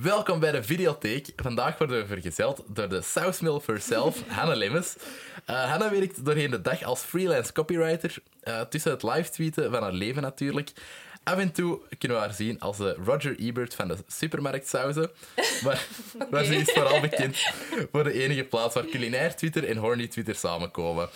Welkom bij de Videotheek. Vandaag worden we vergezeld door de sausmilf herself, Hanne Lemmes. Hanne werkt doorheen de dag als freelance copywriter, tussen het live tweeten van haar leven natuurlijk. Af en toe kunnen we haar zien als de Roger Ebert van de supermarktsauzen. Maar ze is vooral bekend voor de enige plaats waar culinair Twitter en horny Twitter samenkomen.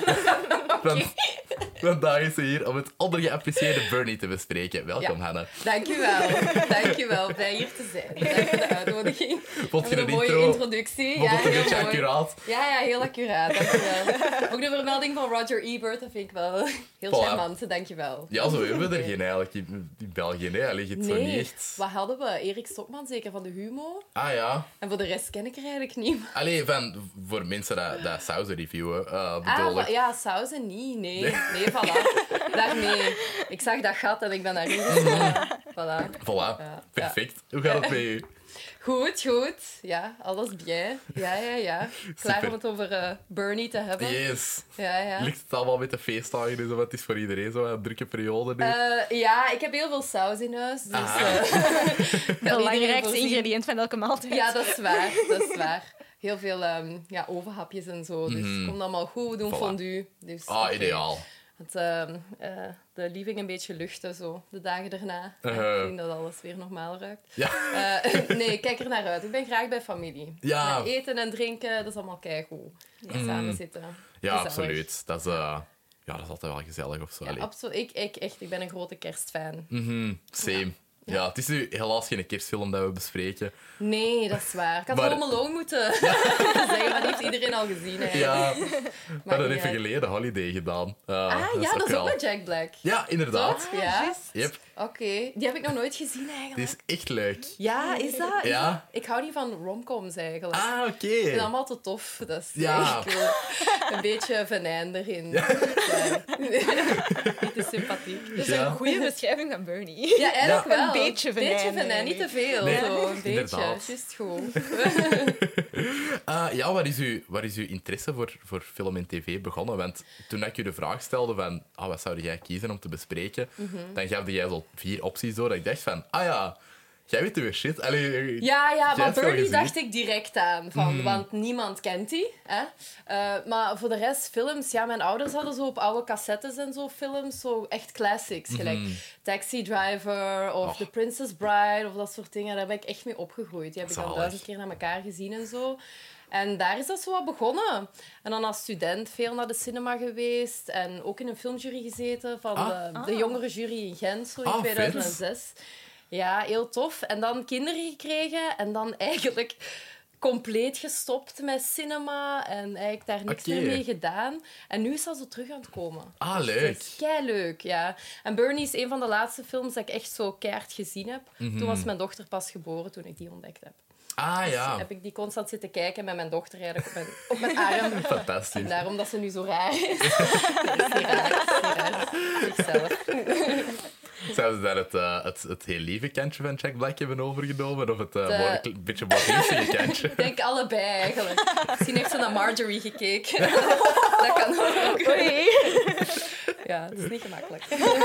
Vandaag is ze hier om het ondergeapprecieerde Bernie te bespreken. Welkom, Hanne. Dankjewel. Blij hier te zijn. Dank voor de uitnodiging. Vond je een mooie introductie. Vond het een heel beetje mooi. accuraat? Ja, heel accuraat. Dankjewel. Ook de vermelding van Roger Ebert, dat vind ik wel heel charmant. Dankjewel. Ja, zo hebben we er geen eigenlijk in België. Nee, ligt het zo niet echt. Wat hadden we? Erik Stokman, zeker van de Humo. Ah ja. En voor de rest ken ik er eigenlijk niet. Allee, voor mensen dat sausen reviewen, bedoel ik. Ja, sauzen niet. Nee, voilà. Daarmee. Ik zag dat gat en ik ben daarin gegaan. Voilà. Voilà, perfect. Hoe gaat het met u? Goed. Ja, alles bien. Ja. Klaar Super. om het over Bernie te hebben. Yes. Ja. Ligt het allemaal met de feestdagen en zo? Het is voor iedereen zo een drukke periode nu. Ja, ik heb heel veel saus in huis. Dus, Het belangrijkste ingrediënt van elke maaltijd. Ja, dat is waar. Heel veel ovenhapjes en zo. Dus het komt allemaal goed. We doen fondue. Dus, Ideaal. De living een beetje luchten, zo, de dagen daarna. Ik denk dat alles weer normaal ruikt. Ja. Nee, ik kijk er naar uit. Ik ben graag bij familie. Ja. Met eten en drinken, dat is allemaal keigoed. Samen zitten. Ja, Gezellig. absoluut. Dat is altijd wel gezellig of zo. Ja, absoluut. Ik ben een grote kerstfan. Same. Ja, het is nu helaas geen kerstfilm dat we bespreken. Nee, dat is waar. Ik had Maar- Home Alone moeten zeggen, maar die heeft iedereen al gezien. Eigenlijk. Ja, we hadden niet even uit. geleden Holiday gedaan. Dat is ook met Jack Black. Ja, inderdaad. Toch? Ja? Yep, Oké. Die heb ik nog nooit gezien, eigenlijk. die is echt leuk. Ja, is dat? Ja. Ik hou niet van romcoms, eigenlijk. Ah, Ik vind het oké. allemaal te tof. Dat is Ja. echt cool. Een beetje venijn erin. Ja. Niet te sympathiek. Dat is Ja. een goede beschrijving van Bernie. Ja, eigenlijk Ja. wel. Een beetje venijn, niet te veel. Nee, Zo, een beetje. inderdaad. Juist goed. Ja, waar is uw interesse voor film en tv begonnen? Want toen ik je de vraag stelde van wat zou jij kiezen om te bespreken, dan gaf jij zo 4 opties door. Dat ik dacht van, jij weet uw shit. Allee, Ja, jij maar hebt het wel Bernie gezien. dacht ik direct aan. Want niemand kent die. Hè? Maar voor de rest, films... Ja, mijn ouders hadden zo op oude cassettes en zo films. Zo echt classics. Gelijk Taxi Driver of The Princess Bride of dat soort dingen. Daar ben ik echt mee opgegroeid. Die heb ik Zalig. al 1000 keer naar elkaar gezien en zo. En daar is dat zo wat begonnen. En dan als student veel naar de cinema geweest. En ook in een filmjury gezeten van de jongere jury in Gent, zo in vet. 2006. Ja, heel tof. En dan kinderen gekregen en dan eigenlijk compleet gestopt met cinema en eigenlijk daar niks meer mee gedaan. En nu is dat zo terug aan het komen. Ah, Het leuk. is keileuk, ja. En Bernie is een van de laatste films dat ik echt zo keihard gezien heb. Toen was mijn dochter pas geboren, toen ik die ontdekt heb. Ah, ja. Heb ik die constant zitten kijken met mijn dochter eigenlijk op mijn arm. Fantastisch. En daarom dat ze nu zo raar is. Nee, dat is niet raar. Ikzelf. Zouden ze dan het heel lieve kantje van Jack Black hebben overgenomen? Of het een beetje bovenste kantje? Ik denk allebei, eigenlijk. Misschien heeft ze naar Marjorie gekeken. Dat kan ook. Oei. Ja, het is niet gemakkelijk.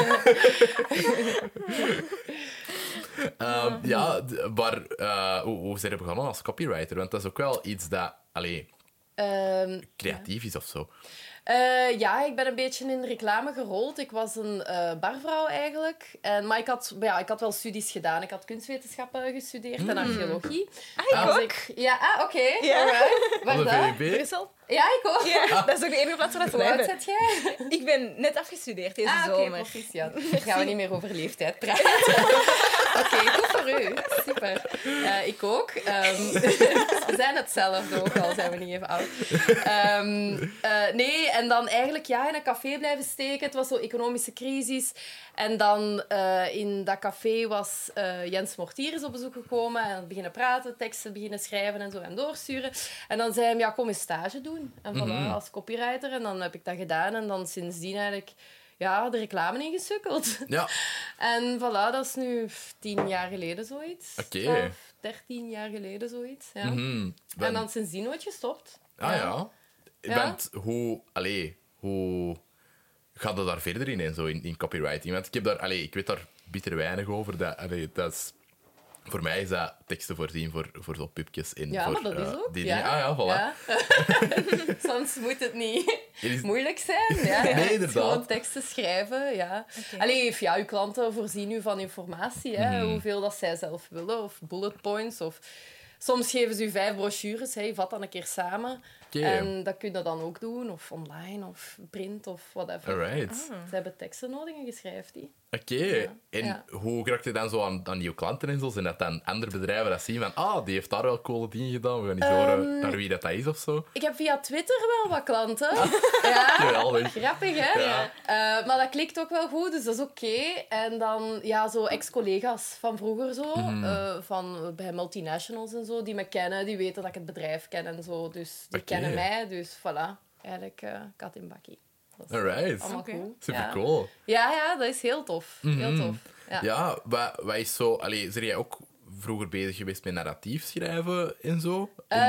Hoe zijn je begonnen als copywriter? Want dat is ook wel iets dat creatief is of zo. Ja, ik ben een beetje in reclame gerold. Ik was een barvrouw eigenlijk. Maar ik had wel studies gedaan. Ik had kunstwetenschappen gestudeerd en archeologie. Oké. Ja. Alright. Waar Op de dan? VUB? Brussel? Ja, ik ook. Ja, dat is ook de enige plaats waar dat Hoe oud blijven. zit jij? Ik ben net afgestudeerd deze Oké, zomer. proficiat. Dan gaan we niet meer over leeftijd praten. Oké, goed voor u. Super. Ik ook. We zijn hetzelfde ook, al zijn we niet even oud. Nee, en dan eigenlijk in een café blijven steken. Het was zo'n economische crisis. En dan in dat café was Jens Mortiers op bezoek gekomen. En beginnen praten, teksten beginnen schrijven en zo en doorsturen. En dan zei hij, kom eens stage doen. En voilà, als copywriter. En dan heb ik dat gedaan. En dan sindsdien eigenlijk de reclame ingesukkeld. Ja. En voilà, dat is nu 10 jaar geleden zoiets. Oké. 13 jaar geleden zoiets. Ja. En En dan sindsdien nooit gestopt. ja. Ja. Want hoe gaat het daar verder in en zo in copywriting? Want ik weet daar bitter weinig over. Dat is Voor mij is dat teksten voorzien voor zo pupjes. Ja, voor, maar dat is ook. die Ja. dingen. Ah ja, voilà. Ja. Soms moet het niet Is- moeilijk zijn. Ja. Nee, Het is inderdaad. gewoon teksten schrijven. Ja. Oké. Allee, ja, uw klanten voorzien u van informatie. Hè, Mhm. hoeveel dat zij zelf willen. Of bullet points. Of... Soms geven ze u 5 brochures. Hè, je vat dat een keer samen. Oké. En dat kun je dan ook doen. Of online, of print, of whatever. Alright. Ze hebben teksten nodig en je schrijft die. Oké. En Ja. hoe raakt je dan zo aan nieuwe klanten en zo? Zijn dat dan andere bedrijven dat zien van die heeft daar wel coole dingen gedaan. We gaan eens horen naar wie dat is of zo. Ik heb via Twitter wel wat klanten. Ja, Geweldig. grappig, hè? Ja. Maar dat klikt ook wel goed, dus dat is oké. En dan, ja, zo ex-collega's van vroeger zo, van bij multinationals en zo, die me kennen, die weten dat ik het bedrijf ken en zo. Dus die Oké. kennen mij, dus voilà. Eigenlijk kat in bakkie. Dat is Alright. allemaal Oké. cool. Super Ja. cool. Ja, dat is heel tof. Heel tof. Ja. Ja, wat is zo... Allee, ben jij ook vroeger bezig geweest met narratief schrijven en zo?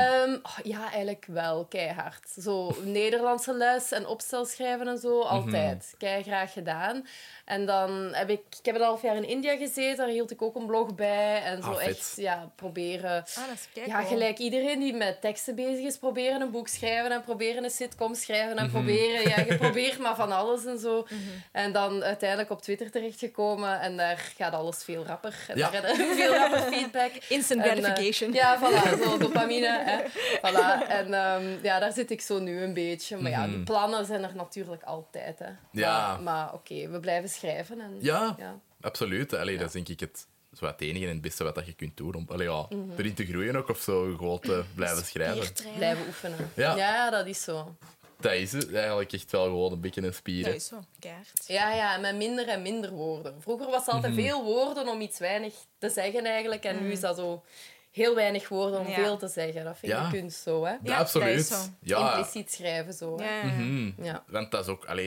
Ja, eigenlijk wel, keihard. Zo Nederlandse les en opstel schrijven en zo, altijd. Graag gedaan. En dan heb ik heb een half jaar in India gezeten, daar hield ik ook een blog bij. En zo vet. echt proberen... Ah, dat is kei Ja, cool. gelijk iedereen die met teksten bezig is, proberen een boek schrijven en proberen een sitcom schrijven en proberen... Ja, je probeert maar van alles en zo. En dan uiteindelijk op Twitter terechtgekomen en daar gaat alles veel rapper. En Ja. daar heb je veel rapper feedback. Instant En, gratification. ja, voilà, zo dopamine. Hè. Voilà. En ja, daar zit ik zo nu een beetje. Maar ja, die plannen zijn er natuurlijk altijd. Hè. Ja. Maar oké, we blijven schrijven. En, Ja, ja. absoluut. Allee, dat is denk ik het enige en het beste wat je kunt doen om erin te groeien ook of zo, gewoon te blijven schrijven. Spiertrainen. Blijven oefenen. Ja. Ja, dat is zo. Dat is het eigenlijk echt wel gewoon een beetje een spier. Dat hè. is zo. Keihard. Ja, en met minder en minder woorden. Vroeger was het altijd veel woorden om iets weinig te zeggen eigenlijk. En nu is dat zo heel weinig woorden om Ja. veel te zeggen. Dat vind ik Ja. kunst zo, hè. Ja, Ja, absoluut. dat is zo. Ja, Impliciet schrijven zo, hè. Ja. Ja. want dat is ook... Allee,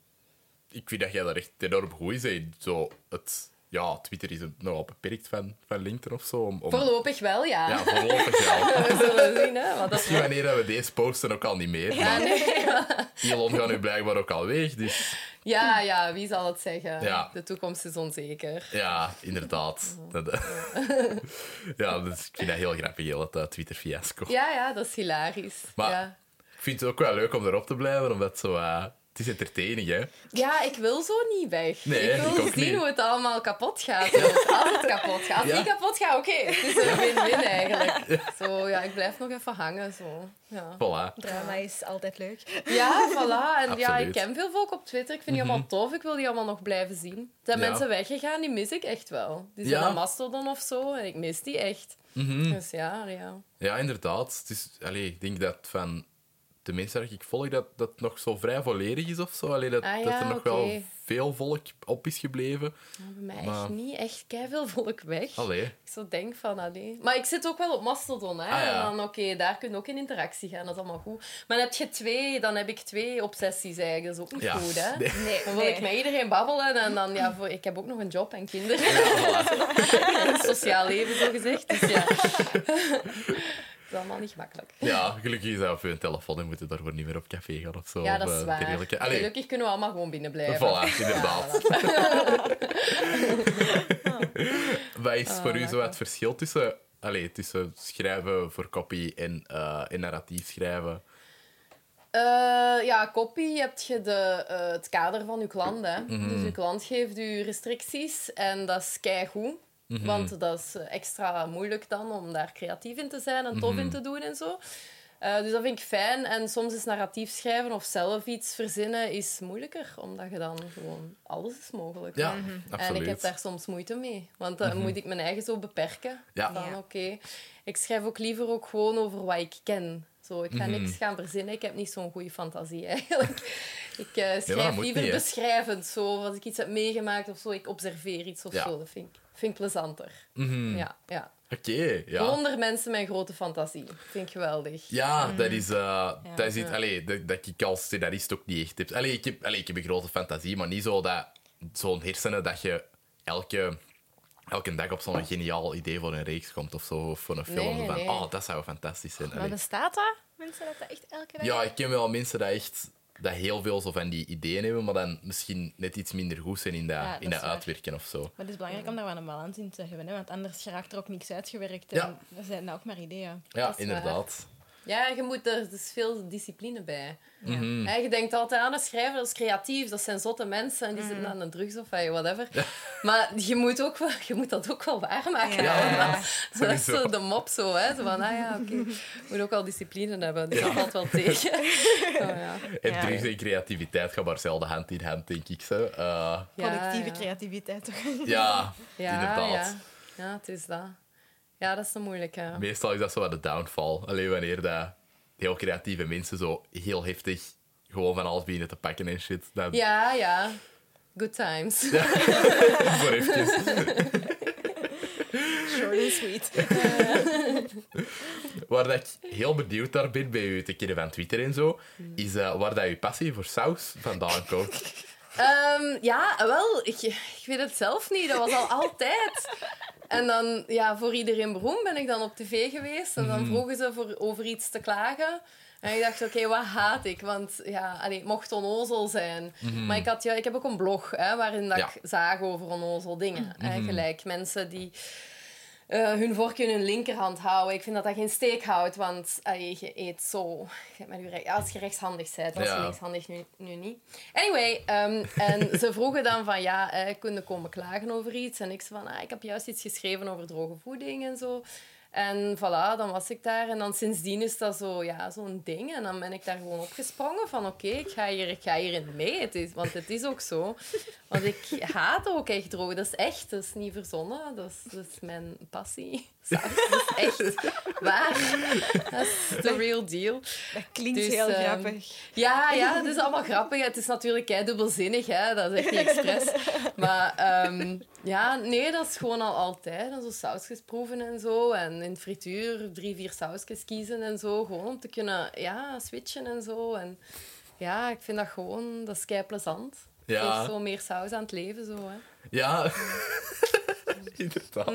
ik vind dat jij daar echt enorm goed in bent. Zo Twitter is nogal beperkt van LinkedIn of zo. Om, Voorlopig wel, ja. Ja, voorlopig wel. We zullen zien, hè. Want dat is Misschien wanneer dat we deze posten ook al niet meer. Maar Elon gaat nu blijkbaar ook al weg, dus Ja, wie zal het zeggen? Ja. De toekomst is onzeker. ja, inderdaad. Ja, dus ik vind dat heel grappig, heel dat Twitter-fiasco. Ja, dat is hilarisch. Maar- Ja. Ik vind het ook wel leuk om erop te blijven, omdat het zo... het is entertaining, hè. Ja, ik wil zo niet weg. Nee, ik wil ik ook zien niet. hoe het allemaal kapot gaat. Als het kapot gaat. Als het Ja. niet kapot gaat, oké. Het is een win-win eigenlijk. Zo, ja, ik blijf nog even hangen. Zo. Ja. Voilà. Drama is altijd leuk. Ja, voilà. En ja, Absoluut. ik ken veel volk op Twitter. Ik vind die allemaal tof. Ik wil die allemaal nog blijven zien. Er zijn Ja. mensen weggegaan, die mis ik echt wel. Die zijn Ja. aan Mastodon of zo. En ik mis die echt. Dus ja. Ja, inderdaad. Het is, ik denk dat van de mensen dat ik volg, dat het nog zo vrij volledig is of zo. Dat Ah, dat ja, er nog oké. wel veel volk op is gebleven. Bij mij Maar- echt niet echt keiveel volk weg. Allee. Ik zo denk van, allee. Maar ik zit ook wel op Mastodon, hè. Ah, ja. En dan, oké, daar kun je ook in interactie gaan. Dat is allemaal goed. Maar dan heb ik 2 obsessies eigenlijk. Dat is ook niet Ja. goed, hè. Nee. Nee, Dan wil ik met iedereen babbelen en dan, ik heb ook nog een job en kinderen. Ja, voilà. Een sociaal leven, zo gezegd. Dus ja. Dat is allemaal niet gemakkelijk. Ja, gelukkig is dat op je telefoon en moet je daarvoor niet meer op café gaan of zo. Ja, dat of, is waar. dergelijke. Allee, Gelukkig kunnen we allemaal gewoon binnen blijven. voilà, inderdaad. Ja, Wat is voor u zo het verschil tussen schrijven voor copy en narratief schrijven? copy heb je het kader van je klant. Hè. Dus je klant geeft u restricties en dat is keigoed. Want dat is extra moeilijk dan om daar creatief in te zijn en tof in te doen en zo. Dus dat vind ik fijn. En soms is narratief schrijven of zelf iets verzinnen is moeilijker, omdat je dan gewoon... Alles is mogelijk. Ja, En absoluut. ik heb daar soms moeite mee. Want dan moet ik mijn eigen zo beperken. Ja. Van, Ja. oké, ik schrijf ook liever ook gewoon over wat ik ken. Zo, ik ga niks gaan verzinnen. Ik heb niet zo'n goede fantasie, eigenlijk. Ik dat schrijf moet liever niet, hè. beschrijvend. Zo, als ik iets heb meegemaakt of zo, ik observeer iets of Ja. zo. Dat vind ik plezanter. Ja. Oké, ja. Zonder mensen met grote fantasie. Vind ik geweldig. Ja, dat is iets Ja. dat ik als scenarist ook niet echt heb. Ik heb een grote fantasie, maar niet zo dat zo'n hersenen dat je elke dag op zo'n geniaal idee voor een reeks komt of zo, of voor een film. Nee, Van, nee. Oh, dat zou fantastisch zijn. Maar Allee. bestaat dat? Mensen dat echt elke dag... Ja, ik ken wel mensen dat echt dat heel veel zo van die ideeën hebben, maar dan misschien net iets minder goed zijn in dat, Ja, dat in dat is waar. uitwerken of zo. Maar het is belangrijk om daar wel een balans in te hebben, hè? Want anders geraakt er ook niks uitgewerkt. Ja. En dat zijn ook maar ideeën. Ja, Dat is inderdaad. Ja, je moet er dus veel discipline bij. Mhm. Ja, je denkt altijd aan een schrijver, dat is creatief, dat zijn zotte mensen en die zitten aan de drugs of whatever. Maar je moet dat ook wel waarmaken. Ja. allemaal. Ja, Dat is sowieso. zo de mop zo, hè. Zo van, oké. Je moet ook wel discipline hebben, dus dat valt wel tegen. Oh, ja. En Ja. drugs en creativiteit gaan maar zelden hand in hand, denk ik. Zo. Collectieve ja. creativiteit, toch? Ja, Ja, inderdaad. ja, het is dat. Ja, dat is de moeilijke. Meestal is dat zo wat de downfall. Alleen wanneer dat heel creatieve mensen zo heel heftig gewoon van alles beginnen te pakken en shit. Dan Ja. Good times. voor eventjes. Short and sweet. Waar dat ik heel benieuwd naar ben bij u te kennen van Twitter en zo, is waar dat je passie voor saus vandaan komt. Ja, wel, ik weet het zelf niet. Dat was al altijd. En dan, voor iedereen beroemd ben ik dan op tv geweest. En dan vroegen ze over iets te klagen. En ik dacht, oké, wat haat ik? Want het mocht onnozel zijn. Maar ik heb ook een blog waarin dat Ja. ik zag over onnozel dingen. Gelijk mensen die hun vork in hun linkerhand houden. Ik vind dat geen steek houdt, want je eet zo. Als je rechtshandig bent, als je Ja. linkshandig nu niet. Anyway, en ze vroegen dan van, kun je komen klagen over iets? En ik zei van, ik heb juist iets geschreven over droge voeding en zo. En voilà, dan was ik daar. En dan sindsdien is dat zo, zo'n ding. En dan ben ik daar gewoon opgesprongen van... Oké, ik ga hierin mee. Want het is ook zo. Want ik haat ook echt droog. Dat is echt. Dat is niet verzonnen. Dat is mijn passie. Dat is echt waar. Dat is the real deal. Dat klinkt Dus, heel grappig. Ja, het is allemaal grappig. Het is natuurlijk dubbelzinnig, hè. Dat is echt niet expres. Maar nee, dat is gewoon al altijd. En zo sausjes proeven en zo. En in het frituur 3-4 sausjes kiezen en zo. Gewoon om te kunnen switchen en zo. En ja, ik vind dat gewoon... Dat is kei plezant. Ja. Geeft zo meer saus aan het leven, zo, hè. Ja, inderdaad.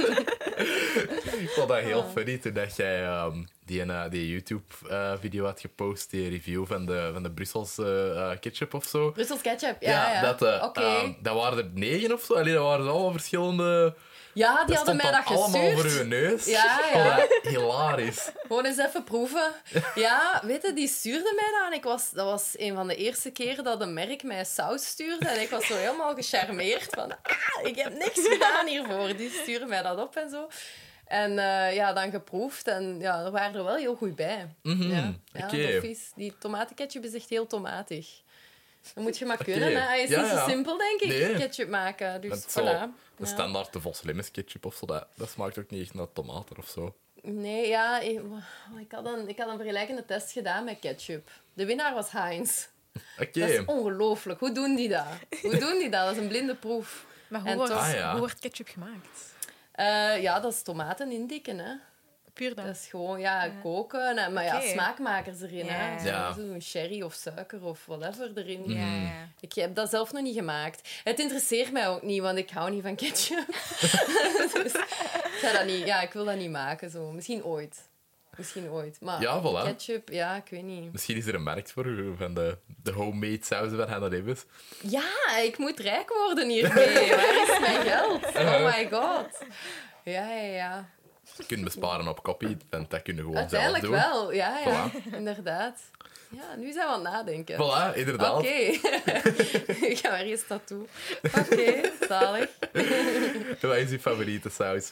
Ik vond dat heel funny toen dat jij die YouTube-video had gepost, die review van de Brusselse ketchup of zo. Brussels ketchup, ja. Oké. Dat waren er 9 of zo. Allee, dat waren allemaal verschillende... Ja, die Dat hadden stond mij dan dat allemaal gestuurd. voor uw neus. Ja. Ik vond dat hilarisch. Gewoon eens even proeven. Ja, weet je, die stuurde mij dat. En dat was een van de eerste keren dat een merk mij saus stuurde. En ik was zo helemaal gecharmeerd van... ik heb niks gedaan hiervoor. Die stuurde mij dat op en zo. En dan geproefd. En er waren er wel heel goed bij. Ja, Oké. doffies. Die tomatenketchup is echt heel tomatig. Dat moet je maar kunnen. Hè. Het is Ja, niet zo ja. simpel, denk ik, Nee. ketchup maken. Dus Want zo, voilà. de standaard de Vos Lemons ketchup of zo, dat smaakt ook niet echt naar tomaten of zo. Nee, ik had een vergelijkende test gedaan met ketchup. De winnaar was Heinz. Oké. Dat is ongelooflijk. Hoe doen die dat? Dat is een blinde proef. Maar En hoe toch- hoe wordt ketchup gemaakt? Dat is tomaten indikken, hè. Puur dan? Dat is gewoon koken. Maar Oké. smaakmakers erin. Hè. Ja. Zo een sherry of suiker of whatever erin. Ja. Ik heb dat zelf nog niet gemaakt. Het interesseert mij ook niet, want ik hou niet van ketchup. Dus ik ga dat niet... Ja, ik wil dat niet maken. Zo. Misschien ooit. Maar Ja, voilà. ketchup, ik weet niet. Misschien is er een markt voor van de homemade sauzen van Hannah Lemmens. Ja, ik moet rijk worden hiermee. Waar is mijn geld? Oh my god. Ja. Je kunt besparen op copy, want dat kun je gewoon zelf Uiteindelijk doen. wel. Ja, Voilà. inderdaad. Ja, nu zijn we aan het nadenken. Voilà, inderdaad. Oké. Ik ga maar eens naartoe. Oké, zalig. Wat is je favoriete saus?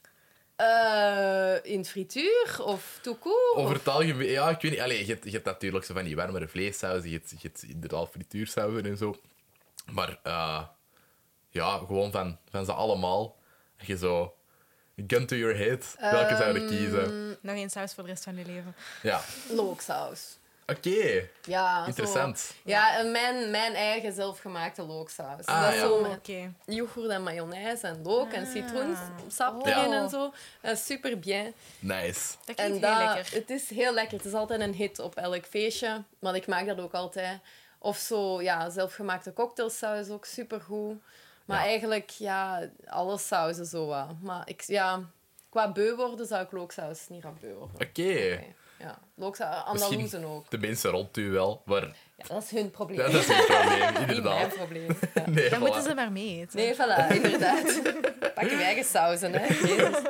In het frituur of tout court? Over het algemeen, ja, ik weet niet. Allee, je hebt natuurlijk zo van die warmere vleessauzen, je hebt inderdaad frituursauzen en zo. Maar gewoon van ze allemaal. Als je zo gun to your head, welke zou je kiezen? Nog één saus voor de rest van je leven. Ja. Looksaus. Oké, Ja, interessant. Zo. Ja, en mijn eigen zelfgemaakte looksaus. Ah, Dat is ja. zo Oké. met yoghurt en mayonaise en look en citroensap Ja. erin en zo. Dat is super bien. Nice. Dat En klinkt heel lekker. het is heel lekker. Het is altijd een hit op elk feestje. Maar ik maak dat ook altijd. Of zo, zelfgemaakte cocktailsaus is ook supergoed. Maar Ja. eigenlijk, alle sauzen zo wat. Maar qua beu worden zou ik looksaus niet aan beu worden. Oké. Ja. Ook Andaluzen ook. De mensen rond u wel, maar Ja, dat is hun probleem. ja, dat is een probleem, Niet mijn inderdaad. probleem. Ja. Nee, Dan voilà. moeten ze maar mee eten. Nee, voilà, inderdaad. Pak je eigen sauzen, hè. Jezus.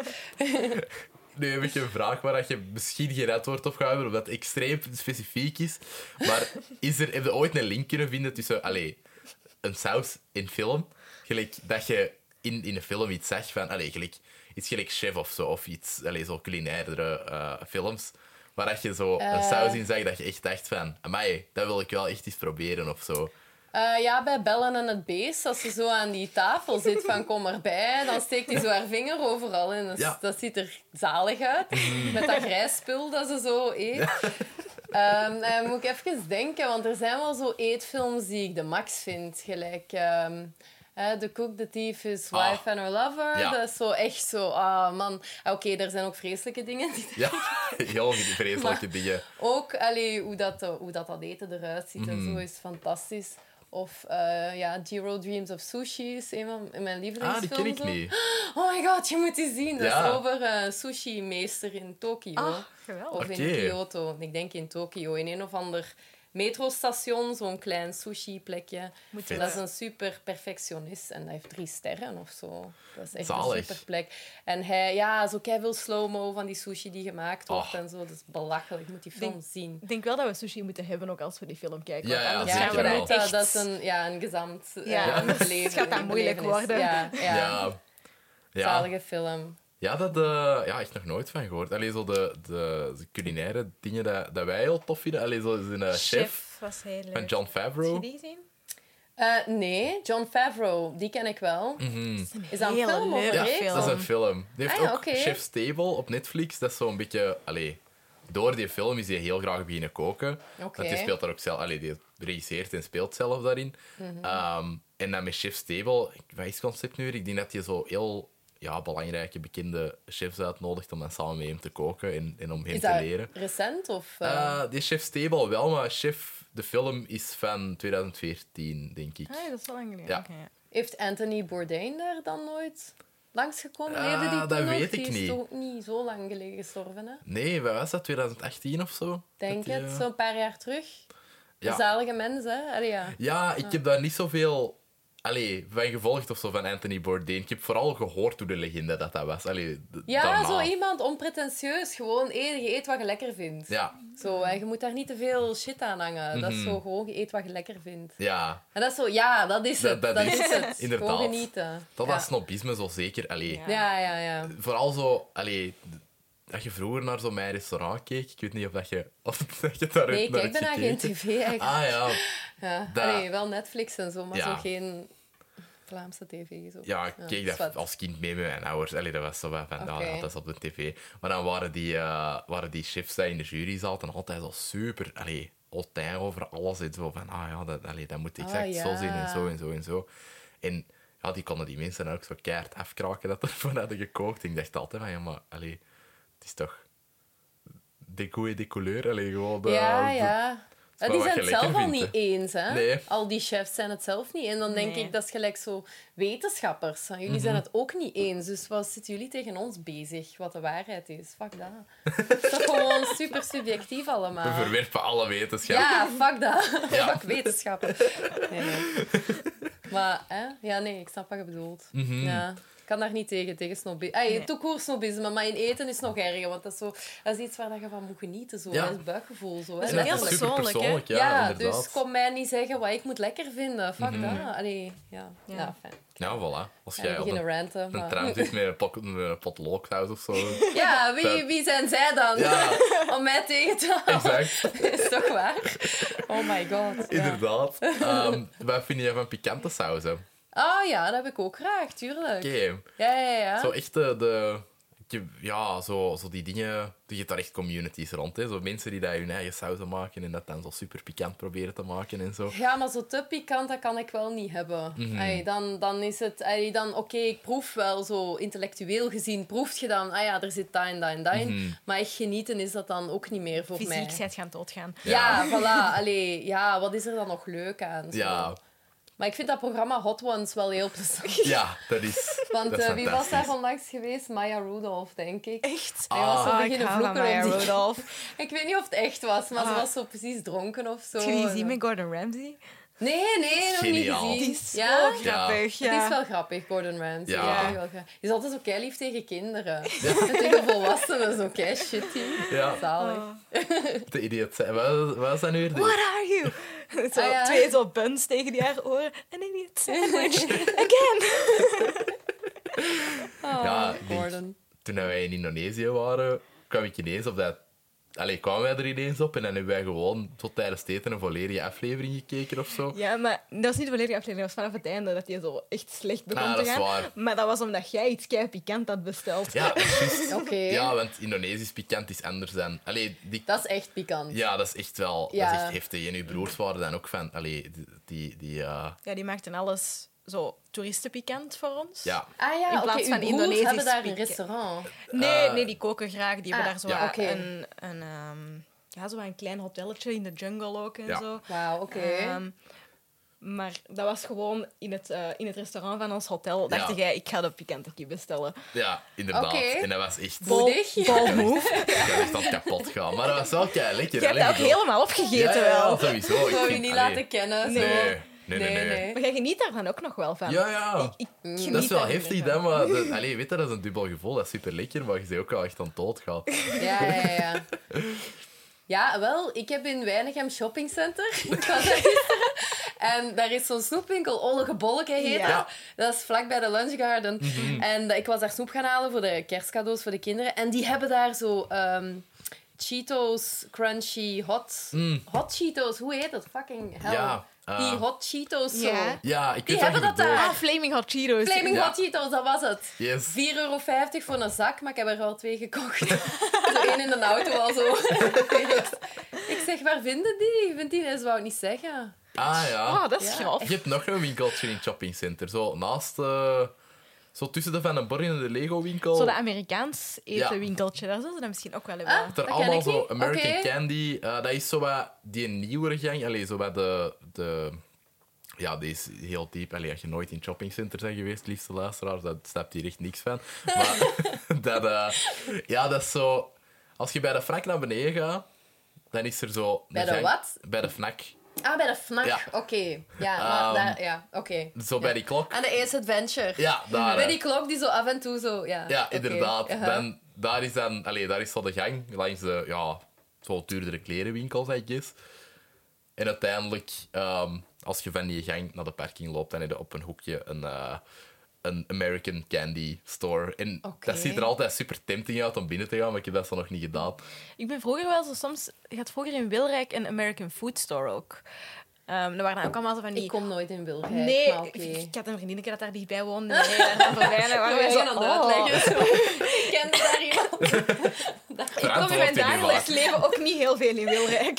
Nu heb ik een vraag waar je misschien geen antwoord op gaat hebben, omdat het extreem specifiek is. Maar heb je ooit een link kunnen vinden tussen een saus in film? Gelijk dat je in een film iets zegt van... gelijk, iets gelijk Chef of zo, of iets zo culinairdere films. Waar dat je zo een saus in zag dat je echt dacht van... Amai, dat wil ik wel echt eens proberen of zo. Ja, bij Bellen en het Beest, als ze zo aan die tafel zit van kom erbij, dan steekt hij zo haar vinger overal in. Dus Ja. dat ziet er zalig uit. Met dat grijs spul dat ze zo eet. Moet ik even denken, want er zijn wel zo eetfilms die ik de max vind. Gelijk The Cook, The Thief, His Wife and Her Lover. Ja. Dat is zo echt zo... man. Oké, er zijn ook vreselijke dingen. Ja, heel vreselijke dingen. Ook hoe dat eten eruit ziet en zo is fantastisch. Of Jiro Dreams of Sushi is een van mijn lievelingsfilms. Die ken ik ook. niet. Oh my god, je moet die zien. Dat Ja. is over een sushi-meester in Tokio. Geweldig. Of in Oké. Kyoto. Ik denk in Tokio. In een of ander metrostation, zo'n klein sushi-plekje. Vet. Dat is een super perfectionist en dat heeft 3 sterren of zo. Dat is echt Zalig. een super plek. En hij, zo keiveel slow-mo van die sushi die gemaakt wordt en zo. Dat is belachelijk. Je moet die film zien. Ik denk wel dat we sushi moeten hebben ook als we die film kijken. Ja, want ja, anders zeker gaan we wel. dat echt... Dat is een gezamt Ja, beleving. het gaat dan moeilijk belevenis. worden. Ja. Ja. Zalige film. Ja, dat echt nog nooit van gehoord. Zo de culinaire dingen dat wij heel tof vinden. Zo is een chef was heel leuk. van Jon Heb je Favreau. die gezien? Nee, Jon Favreau, die ken ik wel. Is dat een hele film of een leuke reeks? film. Dat is een film. Die heeft ook oké. Chef's Table op Netflix. Dat is zo'n beetje... door die film is hij heel graag beginnen koken. Oké. Want die speelt daar ook zelf... die regisseert en speelt zelf daarin. En dan met Chef's Table... Wat is het concept nu weer? Ik denk dat hij zo heel belangrijke, bekende chefs uitnodigt om dan samen met hem te koken en om hem Is te dat leren. recent? Of, Die Chef's Table wel, maar de film is van 2014, denk ik. Ah, dat is al lang geleden. Ja. Oké, ja. Heeft Anthony Bourdain daar dan nooit langsgekomen? Leefde die toen dat nog? weet ik Die is niet. toch ook niet zo lang geleden gestorven, hè? Nee, wat was dat? 2018 of zo? Denk Dat die, het, zo'n paar jaar terug. Ja. Een zalige mens, hè? Allee, ja. Ja, ik heb daar niet zoveel van gevolgd of zo van Anthony Bourdain. Ik heb vooral gehoord hoe de legende dat was. Ja, daarna. zo iemand onpretentieus. Gewoon je eet wat je lekker vindt. Ja, Zo, en je moet daar niet te veel shit aan hangen. Dat is zo gewoon, je eet wat je lekker vindt. ja. En dat is zo, dat is het. Dat Dat is is het. inderdaad. Gewoon genieten. Dat ja. was snobisme zo zeker. Ja. Vooral zo... dat je vroeger naar zo'n mijn restaurant keek. Ik weet niet of dat je, dat je daar Nee, naar kijk hebt bijna geen gekeken. tv eigenlijk. Ah ja. Ja. dat- Allee, wel Netflix en zo, maar Ja. zo geen Vlaamse tv. Zo. Ja, ik keek dat zwart. als kind mee met mijn ouders. Dat was zo van, Oké. dat is op de tv. Maar dan waren die chefs die in de jury zaten altijd zo super... hautain over alles. En zo van, dat moet exact zo zijn en zo en zo en zo. En ja, die konden die mensen dan ook zo keihard afkraken dat ervan hadden gekookt. Ik dacht altijd van, het is toch... De goût et de couleur. Gewoon Ja. wel Die wat zijn je het zelf lekker al vindt, niet eens, hè? Nee. Al die chefs zijn het zelf niet. En dan denk Nee. ik, dat is gelijk zo wetenschappers. Jullie Mhm. zijn het ook niet eens. Dus wat zitten jullie tegen ons bezig? Wat de waarheid is. Fuck dat. Het is toch gewoon super subjectief We allemaal. verwerpen alle wetenschap. Ja, fuck dat. Ja. Fuck wetenschappen. Nee. Maar, nee, ik snap wat je bedoelt. Mhm. Ja. Ik kan daar niet tegen snobisme. Nee. Toekoor snobisme, maar in eten is het nog erger. Want dat is iets waar je van moet genieten. Zo. Ja. Dat is buikgevoel. Zo, hè. Dat is En ook heel dat is persoonlijk, super persoonlijk, hè? ja, Ja, inderdaad. dus kom mij niet zeggen wat ik moet lekker vinden. Fuck Mhm. dat. Allee, ja. Ja. Fijn. Ja, voilà. Als Ja, jij we op beginnen ranten. een maar- tram zit met een pot looksaus of zo. Ja, wie zijn zij dan? Ja. Om mij tegen te houden. Exact, Is toch waar? Oh my god. Ja. inderdaad. Wat vind je van pikante sauzen? Oh ja, dat heb ik ook graag, tuurlijk. Oké. Ja. Zo echt zo die dingen... Je hebt daar echt communities rond, hè. Zo mensen die daar hun eigen sauzen maken en dat dan zo super pikant proberen te maken en zo. Ja, maar zo te pikant, dat kan ik wel niet hebben. Dan is het... Oké, ik proef wel zo intellectueel gezien. Proeft je dan, er zit dat en dat en dat in. Maar echt genieten is dat dan ook niet meer voor mij. Fysiek zijt gaan doodgaan. Ja, voilà. Allee, wat is er dan nog leuk aan? Zo? Ja. Maar ik vind dat programma Hot Ones wel heel plezant. Ja, dat is. Want dat is wie was daar fantastisch. onlangs geweest? Maya Rudolph, denk ik. Echt? Hij was zo ik beginnen hou van vloeken Maya op die... Rudolph. Ik weet niet of het echt was, maar ze was zo precies dronken of zo. Heb je die gezien met Gordon Ramsay? Nee, nog niet Geniaal. gezien. Die is Ja? zo grappig. Het is wel grappig, Gordon Ramsay. Ja. Ja. Wel grappig. Die is altijd zo keilief tegen kinderen. En tegen volwassenen, zo kei shitty. Ja. Zalig. De idioot. Wat was dat nu weer? What are you? Zo, Ah, ja. 2 zo buns tegen die haar oren. An idiot sandwich. Again. Ja, Gordon. Toen wij in Indonesië waren, kwam ik ineens op dat... kwamen wij er ineens op en dan hebben wij gewoon tot tijdens het eten een volledige aflevering gekeken of zo. Ja, maar dat was niet de volledige aflevering. Dat was vanaf het einde dat hij zo echt slecht begon Ah, te dat is gaan. waar. Maar dat was omdat jij iets kei pikant had besteld. Ja, juist. Oké. Ja, want Indonesisch pikant is anders dan... Dat is echt pikant. Ja, dat is echt wel... Ja. Dat is echt heftig. En uw broers waren dan ook van... Ja, die maakten alles zo toeristenpikant voor ons. Ja. Ah ja, In plaats oké, van uw broers Indonesisch hebben daar een pikken. restaurant. Nee, die koken graag. Die hebben daar zo ja. ook Oké. zo een klein hotelletje in de jungle ook en Ja. zo. Wauw, oké. Maar dat was gewoon in het restaurant van ons hotel. Dacht jij, ik ga de pikante bestellen. Ja, inderdaad. Oké. En dat was echt... Moedig. Ball move. Ik had echt aan het kapot gaan. Maar dat was wel kei lekker. Je hebt dat ook helemaal opgegeten ja, wel. sowieso. Ik Zou je vind- niet allee, laten kennen. Zo. Nee. Maar jij geniet daarvan ook nog wel van. Ja. Ik Dat geniet is wel daar heftig, ervan. hè, maar weet je, dat is een dubbel gevoel. Dat is super lekker, maar je bent ook wel echt aan het doodgaan. Ja. Ja, wel, ik heb in Weinigem shoppingcenter. Ik was daar gisteren. En daar is zo'n snoepwinkel, Olige Bolleke heet Ja. dat. Dat is vlakbij de Lunch Garden. En ik was daar snoep gaan halen voor de kerstcadeaus voor de kinderen. En die hebben daar zo Cheetos Crunchy Hot Cheetos. Hoe heet dat? Fucking hell. Ja, die Hot Cheetos zo. Ja. Ja, ik Die weet wat je hebben dat bedoelt. daar. Ah, Flaming Hot Cheetos. Flaming Ja. Hot Cheetos, dat was het. Yes. €4,50 voor een zak, maar ik heb er wel 2 gekocht. Zo één in de auto al zo. Ik zeg, waar vinden die? Vindt die? Dat wou ik niet zeggen. Ah, ja. Ah, dat is Ja. grof. Je hebt nog een winkeltje in het shoppingcenter. Zo naast... zo tussen de Van den Borgen en de Lego-winkel. Zo dat Amerikaans Ja. etenwinkeltje, daar zullen ze dat misschien ook wel hebben. Ah. Er Dat ken allemaal ik zo niet. American Oké. Candy. Dat is zo wat die nieuwere gang. Allee, zo wat de... Ja, die is heel diep. Allee, als je nooit in het shoppingcenter bent geweest, liefste luisteraars, dan snapt hier echt niks van. Maar dat is zo... Als je bij de Fnac naar beneden gaat, dan is er zo... Bij een de gang- wat? Bij de Fnac. Ah, bij de Fnac. Ja. Oké. Ja, maar daar... Ja, oké. Zo bij die klok. Aan de Ace Adventure. Ja, daar. Bij hè. die klok die zo af en toe zo... Ja, Ja, oké. inderdaad. Aha. Daar is zo de gang langs de zo duurdere klerenwinkels, I guess. En uiteindelijk, als je van die gang naar de parking loopt, dan heb je op een hoekje een American Candy store. En Oké. dat ziet er altijd super tempting uit om binnen te gaan, maar ik heb dat zo nog niet gedaan. Ik ben vroeger wel zo soms... Je had vroeger in Wilrijk een American Food Store ook. Er waren ook allemaal zo van die... Ik kom nooit in Wilrijk, Nee, maar oké. ik had een vriendinnetje dat daar dichtbij woonde. Nee, daar dan voorbij. En dan waren Ik wij ben zo, aan het oh. uitleggen. Zo. Ik kende daar iemand. Ik kom in mijn dagelijks leven ook niet heel veel in Wilrijk.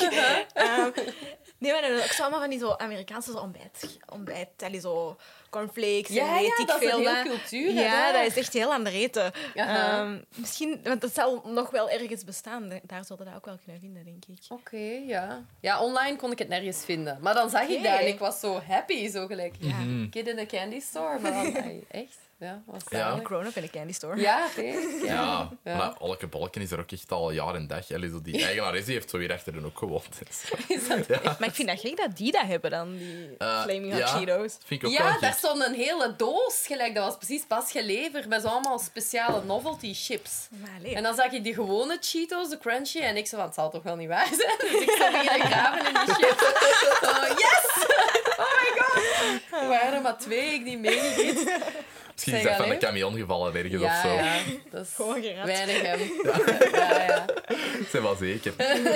Nee, maar dan ook zo allemaal van die zo Amerikaanse zo ontbijt, zo cornflakes en Ja, weet ja, ik dat is veel een wat. heel cultuur. hè, Ja, daar. dat is echt heel aan de eten. Aha. Misschien, want dat zal nog wel ergens bestaan. Daar zullen we dat ook wel kunnen vinden, denk ik. Oké, ja. Ja, online kon ik het nergens vinden. Maar dan zag ik Oké. dat en ik was zo happy, zo gelijk. Ja. Kid in a candy store. Maar dan, ay, echt? Ja, was Ja. zalig. Grown-up in a candy store. Ja, oké. Ja, Ja. maar Olke Bolken is er ook echt al jaar en dag. Allee, zo die eigenares die heeft zo weer achter de hoek gewoond. Dus. Is dat Maar ik vind dat gek dat die dat hebben dan, die Flaming Hot Cheetos. Vind ik ook wel Ja, gek. daar stond een hele doos gelijk. Dat was precies pas geleverd met zo allemaal speciale novelty chips. Maar allee. En dan zag je die gewone Cheetos, de crunchy, en ik zo van, het zal toch wel niet waar zijn? Dus ik stond hier graven in die chips. Zo, yes! Oh my god! Er waren er maar 2, ik die meegegeten. Misschien is Zeg, dat van de allee. camion gevallen ergens of Ja, zo. ja, dat is Gewoon gerat. weinig hem. Ja. Dat is wel zeker.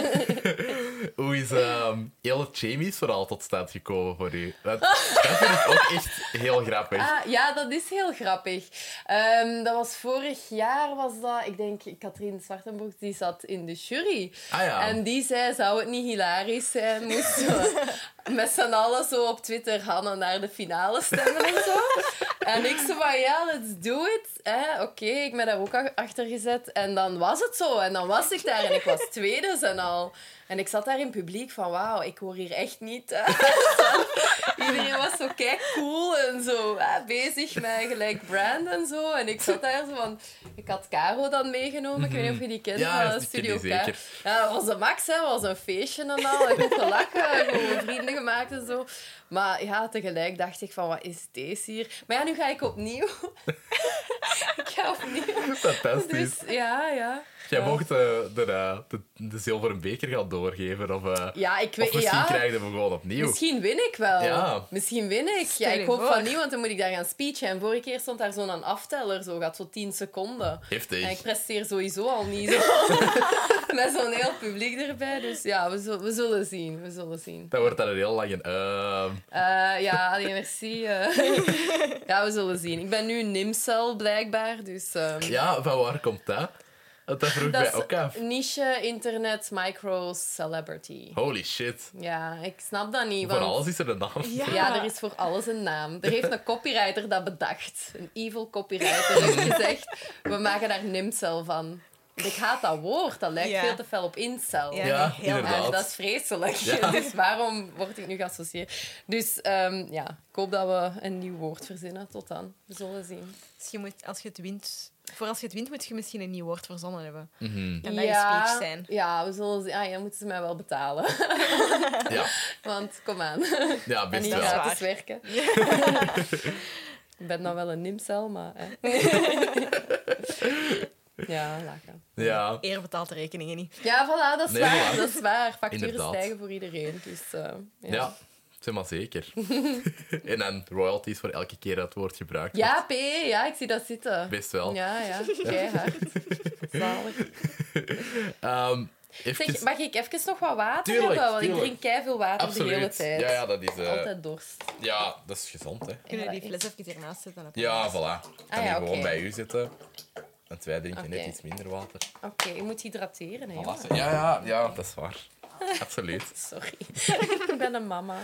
Hoe is heel het Jamie's verhaal tot stand gekomen voor u? Dat vind ik ook echt heel grappig. Ah, ja, dat is heel grappig. Dat was vorig jaar, was dat... Ik denk, Katrien Zwartenbroek, die zat in de jury. Ah ja. En die zei, zou het niet hilarisch zijn, moesten we met z'n allen zo op Twitter Hanne naar de finale stemmen en zo. En ik zo van, ja, let's do it. Oké, ik ben daar ook achter gezet. En dan was het zo. En dan was ik daar en ik was tweede en al. En ik zat daar in het publiek van, wauw, ik hoor hier echt niet Iedereen was zo kei cool en zo bezig met gelijk brand en zo. En ik zat daar zo van... Ik had Caro dan meegenomen. Ik weet niet of je die kent van Studio K. Zeker. Ja, dat was de max, hè. Dat was een feestje en al. Ik heb gelachen, gewoon vrienden gemaakt en zo. Maar ja, tegelijk dacht ik van, wat is deze hier? Maar ja, nu ga ik opnieuw. Ik ga opnieuw. Fantastisch. Dus ja. Jij mocht de zilveren beker gaan doorgeven. Of Ja, ik weet, of misschien krijg je hem gewoon opnieuw. Misschien win ik wel. Ja. Misschien win ik. Ja, ik hoop van niet, want dan moet ik daar gaan speechen. En vorige keer stond daar zo'n afteller. Zo gaat zo 10 seconden. Heftig. En ik presteer sowieso al niet zo. Met zo'n heel publiek erbij. Dus ja, we zullen zien. We zullen zien. Dan wordt dat een heel lange... Ja, allee, merci. Ja, we zullen zien. Ik ben nu Nimcel, blijkbaar. Dus, Ja, van waar komt dat? Dat vroeg mij ook af. niche internet micro celebrity. Holy shit. Ja, ik snap dat niet. Voor Want... alles is er een naam. Ja, er is voor alles een naam. Er heeft een copywriter dat bedacht. Een evil copywriter heeft gezegd, we maken daar Nimcel van. Ik haat dat woord, dat lijkt veel te fel op incel. Ja, heel inderdaad. En dat is vreselijk. Ja. Dus waarom word ik nu geassocieerd? Dus ja, ik hoop dat we een nieuw woord verzinnen. Tot dan. We zullen zien. Dus als je het wint... Voor als je het wint, moet je misschien een nieuw woord verzonnen hebben. Mhm. En dat je speech zijn. Ja, we zullen zien. Ja, moeten ze mij wel betalen. Ja. Want, kom aan. Ja, En best niet wel. waar. gratis werken. Ik ben dan wel een nimcel, maar... Ja, lachen. Ja. Eer betaalt de rekeningen niet. Ja, voilà, dat is Nee, waar. voilà. Dat is waar. Facturen Inderdaad. stijgen voor iedereen. Dus, Ja, zeg maar zeker. En dan royalties voor elke keer dat het woord gebruikt Ja, wordt. P, ja, ik zie dat zitten. Best wel. Ja, keihard. Zalig. Even... Zeg, mag ik even nog wat water Tuurlijk, hebben? Want tuurlijk. ik drink keiveel water Absoluut. de hele tijd. Ja, dat is... Altijd dorst. Ja, dat is gezond, hè. Kunnen we die Ja, fles even hiernaast zetten? Ja, voilà. Kan ja, je gewoon oké. bij u zitten. En wij drinken Oké. net iets minder water. Oké, je moet hydrateren, hè, jongen. Voilà. Ja, dat is waar. Absoluut. Sorry. Ik ben een mama.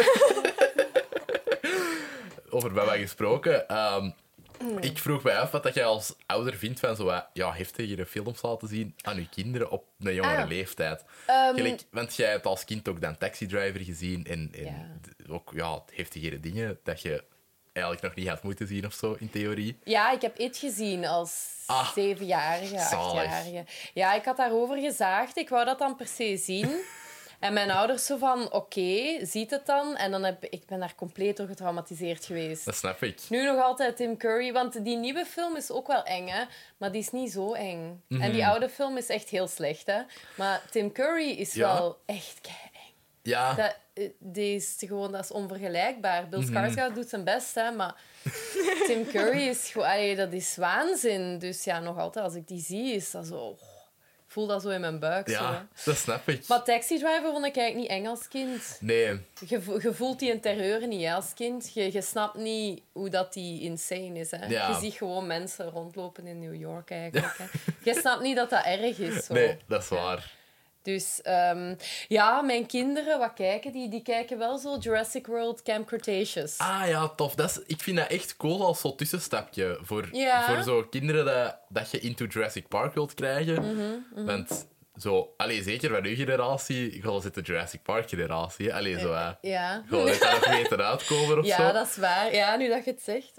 Over bij mij gesproken. Ik vroeg mij af wat jij als ouder vindt van zo heftigere films laten zien aan je kinderen op een jongere leeftijd. Want jij hebt als kind ook dan Taxi Driver gezien en ook heftigere dingen dat je eigenlijk nog niet had moeten zien of zo, in theorie. Ja, ik heb It gezien als 7-jarige, 8-jarige. Ja, ik had daarover gezaagd. Ik wou dat dan per se zien. En mijn ouders zo van, oké, ziet het dan? En dan ik ben daar compleet door getraumatiseerd geweest. Dat snap ik. Nu nog altijd Tim Curry, want die nieuwe film is ook wel eng, hè? Maar die is niet zo eng. En die oude film is echt heel slecht, hè? Maar Tim Curry is wel echt kei-eng. Ja. Dat is onvergelijkbaar. Bill Skarsgård doet zijn best, hè, maar Tim Curry is gewoon... dat is waanzin. Dus ja, nog altijd, als ik die zie, is dat zo... Ik voel dat zo in mijn buik. Zo, hè. Ja, dat snap ik. Maar Taxi Driver vond ik eigenlijk niet eng als kind. Nee. Je voelt die terreur niet hè, als kind. Je snapt niet hoe dat die insane is. Hè. Ja. Je ziet gewoon mensen rondlopen in New York eigenlijk. Hè. Je snapt niet dat dat erg is. Zo. Nee, dat is waar. Dus ja, mijn kinderen, wat kijken die? Die kijken wel zo Jurassic World Camp Cretaceous. Ah ja, tof. Ik vind dat echt cool als zo'n tussenstapje. Voor zo kinderen dat je into Jurassic Park wilt krijgen. Want zo, zeker van uw generatie, gewoon zit de Jurassic Park generatie. Zo, Ja. gewoon dat nog weten uitkomen of zo. Ja, dat is waar. Ja, nu dat je het zegt.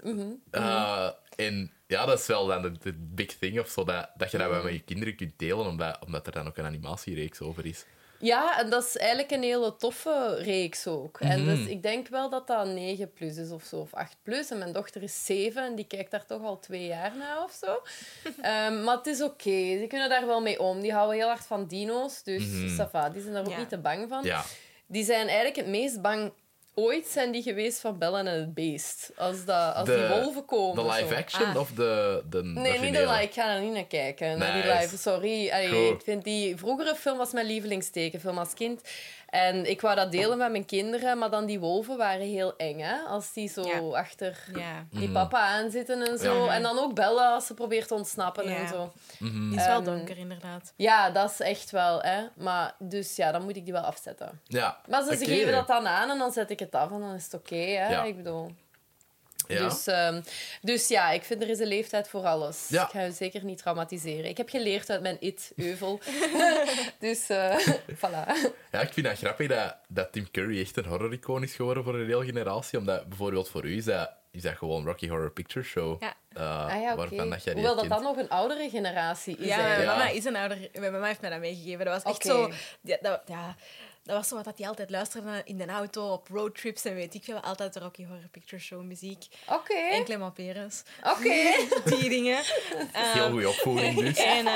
En ja, dat is wel dan de big thing of zo, dat je dat wel met je kinderen kunt delen, omdat er dan ook een animatiereeks over is. Ja, en dat is eigenlijk een hele toffe reeks ook. En dus ik denk wel dat dat 9 plus is of zo, of 8 plus. En mijn dochter is 7 en die kijkt daar toch al 2 jaar naar of zo. Maar het is oké. Die kunnen daar wel mee om. Die houden heel hard van dino's, dus ça va. Die zijn daar ook niet te bang van. Ja. Die zijn eigenlijk het meest bang... Ooit zijn die geweest van Belle en het Beest. Als die wolven komen. De live zo. action of de Nee, niet de live. Ik ga er niet naar kijken. Naar die Nice. live. Sorry. Ik vind die vroegere film was mijn lievelingstekenfilm als kind. En ik wou dat delen met mijn kinderen, maar dan die wolven waren heel eng, hè? Als die zo achter die papa aanzitten en zo. Ja. En dan ook Belle als ze probeert te ontsnappen en zo. Die is wel donker, inderdaad. Ja, dat is echt wel, hè. Maar dus ja, dan moet ik die wel afzetten. Ja. Maar ze Oké. geven dat dan aan en dan zet ik het af en dan is het oké, hè. Ja. Ik bedoel... Ja. Dus ja, ik vind er is een leeftijd voor alles. Ja. Ik ga je zeker niet traumatiseren. Ik heb geleerd uit mijn it-euvel. Dus voilà. Ja, ik vind dat grappig dat Tim Curry echt een horror-icoon is geworden voor een hele generatie. Omdat bijvoorbeeld voor u is dat gewoon Rocky Horror Picture Show. Ja. Oké. Waarvan dat jij die Hoewel dat kent. dan nog een oudere generatie is. Ja, eigenlijk. mijn mama is een ouder. Mijn mama heeft mij dat meegegeven. Dat was echt Oké. zo... Dat was zo wat dat hij altijd luisterde in de auto, op roadtrips en weet ik veel. Altijd de Rocky Horror Picture Show muziek. Oké. En Clément Peres. Oké. Die dingen. Heel goede opvoeding dus. En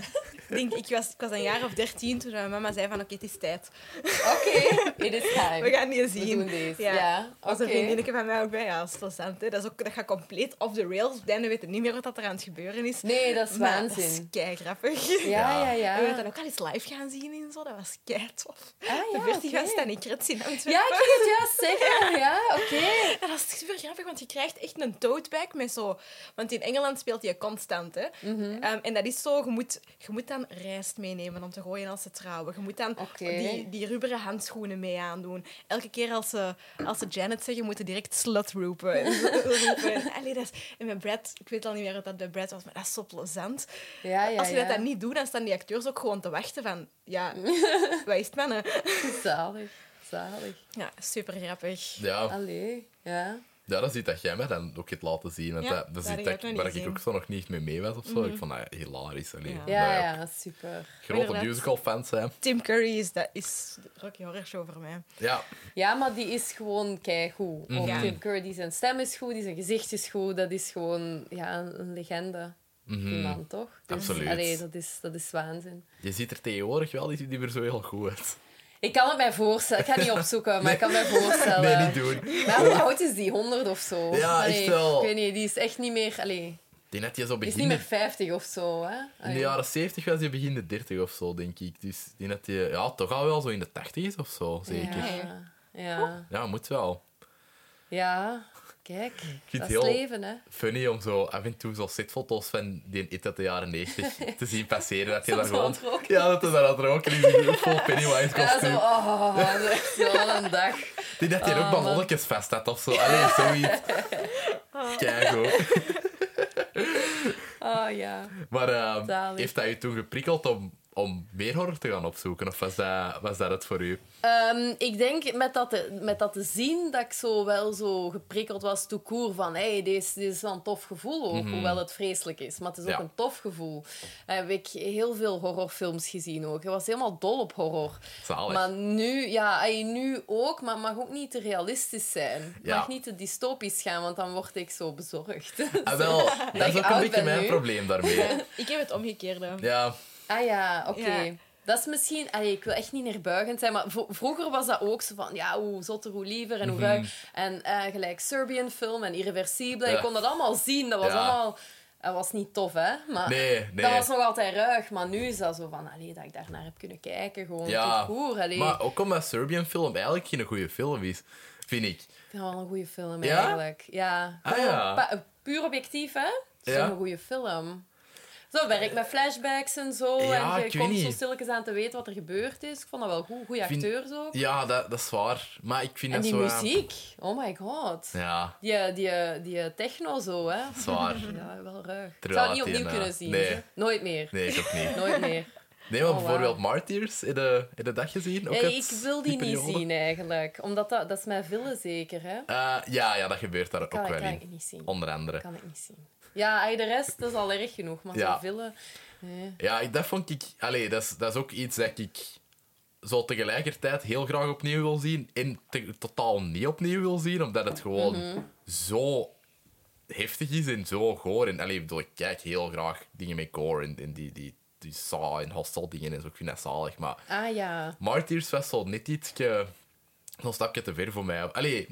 ik was een jaar of 13 toen mijn mama zei van oké, het is tijd. Oké. It is time. We gaan die zien. We doen deze. Ja. Ja. Was een Oké. vriendinnetje van mij ook bij. Ja, dat is interessant. Hè? Dat gaat compleet off the rails. Op het einde weten niet meer wat er aan het gebeuren is. Nee, dat is Maar dat is waanzin. kei grappig. Ja. We hebben dan ook al eens live gaan zien en zo. Dat was kei tof. Ah, ja, De Vertigo oké. staan in Krets in Antwerpen. Ja, ik ging het juist zeggen. Ja, oké. Ja, dat is super grappig, want je krijgt echt een tote bag met zo... Want in Engeland speelt je constant, hè. En dat is zo... Je moet dan rijst meenemen om te gooien als ze trouwen. Je moet dan Oké. die rubberen handschoenen mee aandoen. Elke keer als ze Janet zeggen, moeten direct slut roepen. Allee, en met Brad... Ik weet al niet meer wat dat bij Brad was, maar dat is zo plezant. Ja. Als je dat dan niet doet, dan staan die acteurs ook gewoon te wachten van... Ja, wat is het, mannen? Zalig. Ja, super grappig. Ja. Allee. Ja. Ja, dat is iets dat jij mij dan ook hebt laten zien. Want Ja, dat is dat iets had ik dat, ook nog niet waar ik gezien. ook zo nog niet mee was of zo. Ik vond dat hilarisch. Allee, Ja. omdat Ja, ik super. grote Inderdaad. musical-fans zijn. Tim Curry is de Rocky Horror Show voor mij. Ja, Ja, maar die is gewoon keigoed. Ook Ja. Tim Curry, die zijn stem is goed, die zijn gezicht is goed. Dat is gewoon een legende. Die man, toch? Dus, Absoluut. Allee, dat is waanzin. je ziet er tegenwoordig wel die er zo heel goed uit. Ik kan het mij voorstellen. Ik ga niet opzoeken, maar ik kan het mij voorstellen. Nee, niet doen. Maar hoe oud is die? 100 of zo? Ja, Allee, echt wel. Ik weet niet, die is echt niet meer... Allee, Die net je zo die is niet meer begin 50 of zo, hè? in Allee. de jaren 70 was, je begin de 30 of zo, denk ik. Dus die net je toch al wel zo in de 80 is of zo, zeker. Ja. Moet wel. Ja, kijk. vind Dat het is heel- leven, hè? Funny om zo af en toe zo setfoto's van die It uit de jaren 90 te zien passeren. Dat je Zo daar gewoon... aan het roken. Ja, dat hij daar aan het roken is. Vol Pennywise Ja, zo, kostuum. dat is echt zo'n dag. Die dat hij ook ballonnetjes vast had of zo. Allee, zoiets. Keigoed. Oh ja. Maar Zalig. heeft dat je toen geprikkeld om meer horror te gaan opzoeken? Of was dat het voor u? Ik denk met dat te zien dat ik zo wel zo geprikkeld was tout court van hey, dit is wel een tof gevoel ook, hoewel het vreselijk is. Maar het is ook Ja. een tof gevoel. Heb ik heel veel horrorfilms gezien ook. Ik was helemaal dol op horror. Zalig. Maar nu, ja, nu ook, maar het mag ook niet te realistisch zijn. Het Ja. mag niet te dystopisch gaan, want dan word ik zo bezorgd. Ah, wel, dat is ik ook een oud beetje ben mijn nu. probleem daarmee. Ik heb het omgekeerde. Ja, Ah ja, oké. Ja. Dat is misschien... Allee, ik wil echt niet neerbuigend zijn, maar vroeger was dat ook zo van... Ja, hoe zotter, hoe liever en hoe ruig. En gelijk Serbian film en Irreversible. Ja. Ik kon dat allemaal zien. Dat was Ja. allemaal... Dat was niet tof, hè? Maar Nee. dat was nog altijd ruig. Maar nu is dat zo van... Allee, dat ik daarnaar heb kunnen kijken. Gewoon ja. tot koer. Allee, Maar ook omdat Serbian film eigenlijk geen goede film is, vind ik. ik vind dat wel een goede film, Ja? eigenlijk. Ja. Ah, ja. Puur objectief, hè? Het is Ja. een goede film. Zo, werk met flashbacks en zo. Ja, en ik je weet komt zo niet. stilletjes aan te weten wat er gebeurd is. Ik vond dat wel goed. Goeie Vind- acteurs ook. Ja, dat is waar. Maar ik vind En dat die zo... muziek. Oh my god. Ja, Die techno zo, hè. zwaar. Ja, wel ruig. Ik Terwijl zou het niet het opnieuw een, kunnen zien. nee. Hè. Nooit meer. Nee, ik ook niet. Nooit meer. Nee, maar Oh, bijvoorbeeld wauw. Martyrs, in de dag gezien? Ook Ja, uit ik wil die niet periode? zien, eigenlijk. Omdat dat is mijn villen zeker, hè. Ja, dat gebeurt daar Kan ook wel ik in. niet zien. Onder andere. Kan ik niet zien. Ja, de rest dat is al erg genoeg. Maar Ja. zo'n villen... Nee. Ja, dat vond ik... Allee, dat is ook iets dat ik zo tegelijkertijd heel graag opnieuw wil zien en totaal niet opnieuw wil zien, omdat het gewoon zo heftig is en zo goor. En, allee, ik bedoel, ik kijk heel graag dingen met gore en die Saw en Hostel dingen en zo. Ik vind dat zalig, maar Ah ja. Martyrs was zo net ietsje... Een stapje te ver voor mij. Allee,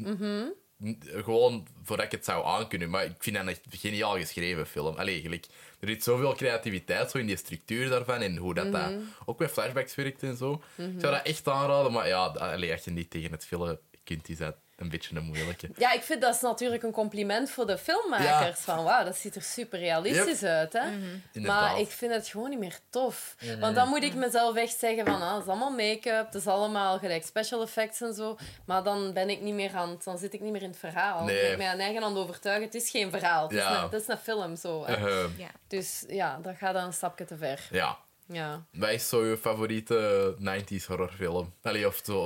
gewoon voordat ik het zou aankunnen. Maar ik vind dat een geniaal geschreven film. Allee, gelijk, er zit zoveel creativiteit zo in die structuur daarvan en hoe dat ook met flashbacks werkt en zo. Ik zou dat echt aanraden, maar ja, allee, als je niet tegen het kunt, is dat een beetje een moeilijke. Ja, ik vind dat is natuurlijk een compliment voor de filmmakers. Van wauw, dat ziet er super realistisch uit. Hè? Maar ik vind het gewoon niet meer tof. Want dan moet ik mezelf echt zeggen van, het is allemaal make-up, het is allemaal gelijk special effects en zo. Maar dan ben ik niet meer dan zit ik niet meer in het verhaal. Nee. Ik ben mij aan eigen hand overtuigen, het is geen verhaal. Het is een film zo. Hè? Ja. Dus ja, dat gaat dan een stapje te ver. Ja. Ja. Wat is zo je favoriete 90s horrorfilm? Allee, of zo...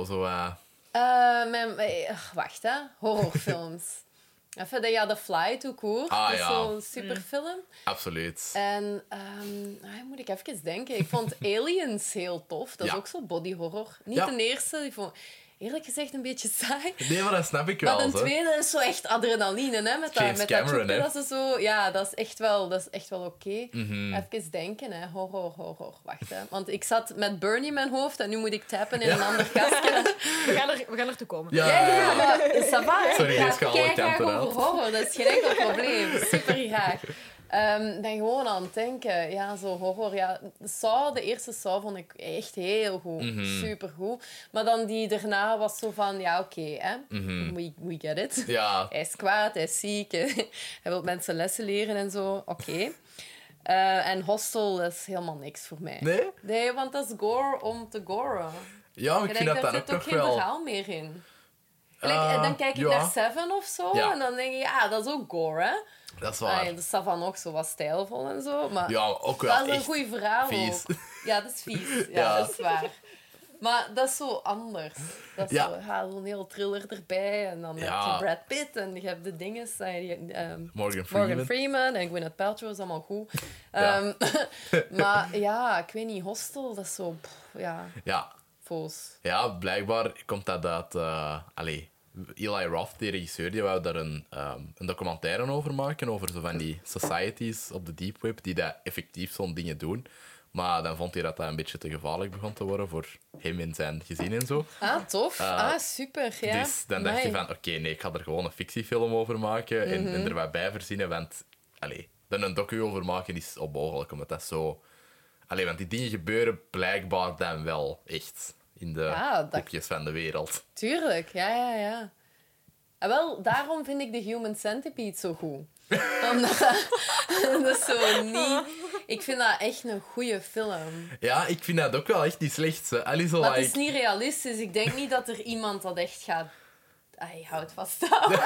Wacht, hè. Horrorfilms. Even The Fly, tout court. Ah, dat is ja. zo'n superfilm. Absoluut. En moet ik even denken. Ik vond Aliens heel tof. Dat is Ja. ook zo body horror. Niet Ja. de eerste. Ik vond eerlijk gezegd een beetje saai. Nee, maar dat snap ik wel. Maar de Zo. tweede is zo echt adrenaline, hè? Met James dat Cameron, choppen, hè? dat ze zo... Ja, dat is echt wel oké. Even denken, hè. Horror. Wacht, hè. Want ik zat met Bernie in mijn hoofd en nu moet ik tappen in een ander kastje. We gaan er toe komen. Ja. Ja, maar ça va, hè. Sorry, Ik deze gaat alle kijk graag kanten over horror. Dat is geen enkel probleem. Super graag. Ben gewoon aan het denken. Ja, zo horror. Ja, de eerste Saw vond ik echt heel goed. Supergoed. Maar dan die daarna was zo van... Ja, oké, hè. We get it. Ja. Hij is kwaad, hij is ziek. Hij wil mensen lessen leren en zo. Oké. En Hostel is helemaal niks voor mij. Nee? Nee, want dat is gore om te goren. Ja, maar ik vind dat Daar dan ook zit ook toch geen wel... verhaal meer in. Dan kijk ik ja. naar Seven of zo. Ja. En dan denk ik, ja, dat is ook gore, hè. Dat is waar. Dat is van ook zo wat stijlvol en zo. Maar Ja, ook wel dat is een echt goed verhaal vies. ook. Ja, dat is vies. Ja, Ja. dat is waar. Maar dat is zo anders. Dat is Ja. zo'n heel thriller erbij. En dan heb Ja. je Brad Pitt en je hebt de dingen. Morgan Freeman. En Gwyneth Paltrow is allemaal goed. Ja. Maar ja, ik weet niet, Hostel, dat is zo... Ja. Foos. Ja, blijkbaar komt dat uit... Eli Roth, die regisseur, die wou daar een documentaire over maken, over zo van die societies op de deep web die dat effectief zo'n dingen doen. Maar dan vond hij dat dat een beetje te gevaarlijk begon te worden voor hem en zijn gezin en zo. Ah, tof. Super. Ja. Dus dan dacht hij van, oké, nee, ik ga er gewoon een fictiefilm over maken en er wat bij verzinnen, want dan een docu over maken is onmogelijk, omdat dat zo... want die dingen gebeuren blijkbaar dan wel echt in de hoekjes van de wereld. Tuurlijk, ja. En wel, daarom vind ik de Human Centipede zo goed. Omdat dat is zo niet... Ik vind dat echt een goede film. Ja, ik vind dat ook wel echt niet slecht. Maar het is niet realistisch. Ik denk niet dat er iemand dat echt gaat... Houd vast.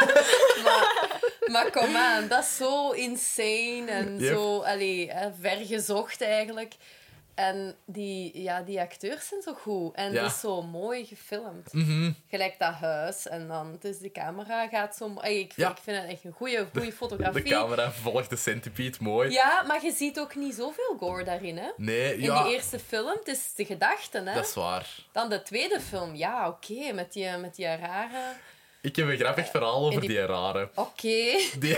maar kom aan, dat is zo insane en zo vergezocht eigenlijk. En die acteurs zijn zo goed. En het is zo mooi gefilmd. Gelijk dat huis. En dan, dus de camera gaat zo... Ik vind het echt een goede fotografie. De camera volgt de centipede mooi. Ja, maar je ziet ook niet zoveel gore daarin, hè? Nee, In die eerste film, het is de gedachten, hè? Dat is waar. Dan de tweede film, ja, oké, met die rare... Ik heb een grappig verhaal over die rare. Oké.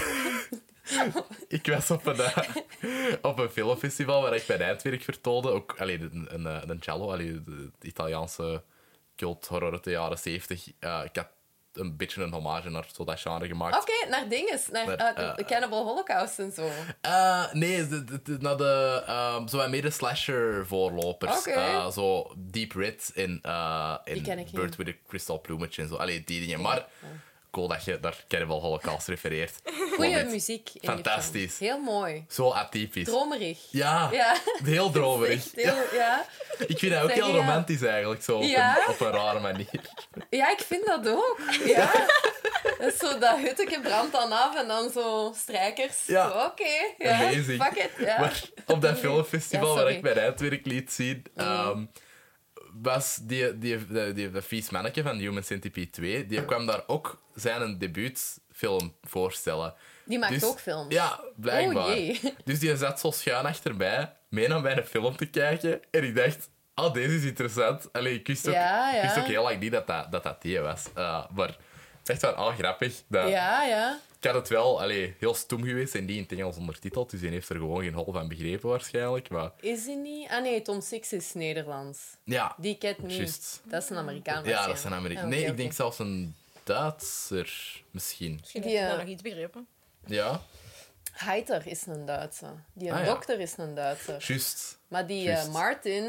Ik was op een filmfestival waar ik mijn eindwerk vertoonde. Ook een cello, de Italiaanse culthorror uit de jaren 70. Ik had een beetje een hommage naar zo dat genre gemaakt. Oké, naar dinges. Naar Cannibal Holocaust en zo. Nee, naar de zo wat meer de slasher-voorlopers. Oké. Zo Deep Red in ken ik Bird with a Crystal Plumage en zo. Die dingen. Maar cool dat je naar Cannibal Holocaust refereert. Goeie muziek in Fantastisch. die film. Heel mooi. Zo atypisch. Dromerig. Ja, heel dromerig. Ik vind dat ook heel romantisch eigenlijk, zo op een rare manier. Ja, ik vind dat ook. Ja. Dat is zo dat hutteke brandt dan af en dan zo strijkers. Ja. Oké. Amazing. Fuck it. Ja. Maar op dat filmfestival waar sorry. ik mijn eindwerk liet zien, was die vies manneke van Human Centipede 2, die kwam daar ook zijn debuutfilm voorstellen. Die maakt Dus, ook films. Ja, blijkbaar. Oh jee. Dus die zat zo schuin achterbij, mee naar mijn film te kijken. En ik dacht, deze is interessant. Ik wist ook heel lang niet dat die was. Maar het is echt wel grappig. Ja. Ik had het wel heel stoem geweest en die in het Engels ondertiteld. Dus die heeft er gewoon geen hol van begrepen waarschijnlijk. Maar... Is die niet? Ah nee, Tom Six is Nederlands. Ja, Die kent niet. juist. Dat is een Amerikaan. Ja, dat is een Amerikaan. Nee, oké. ik denk zelfs een Duitser misschien. Misschien heb je nog iets begrepen. Ja, Heiter is een Duitser. Die Ah, ja. dokter is een Duitser. juist. Maar die Juist. Martin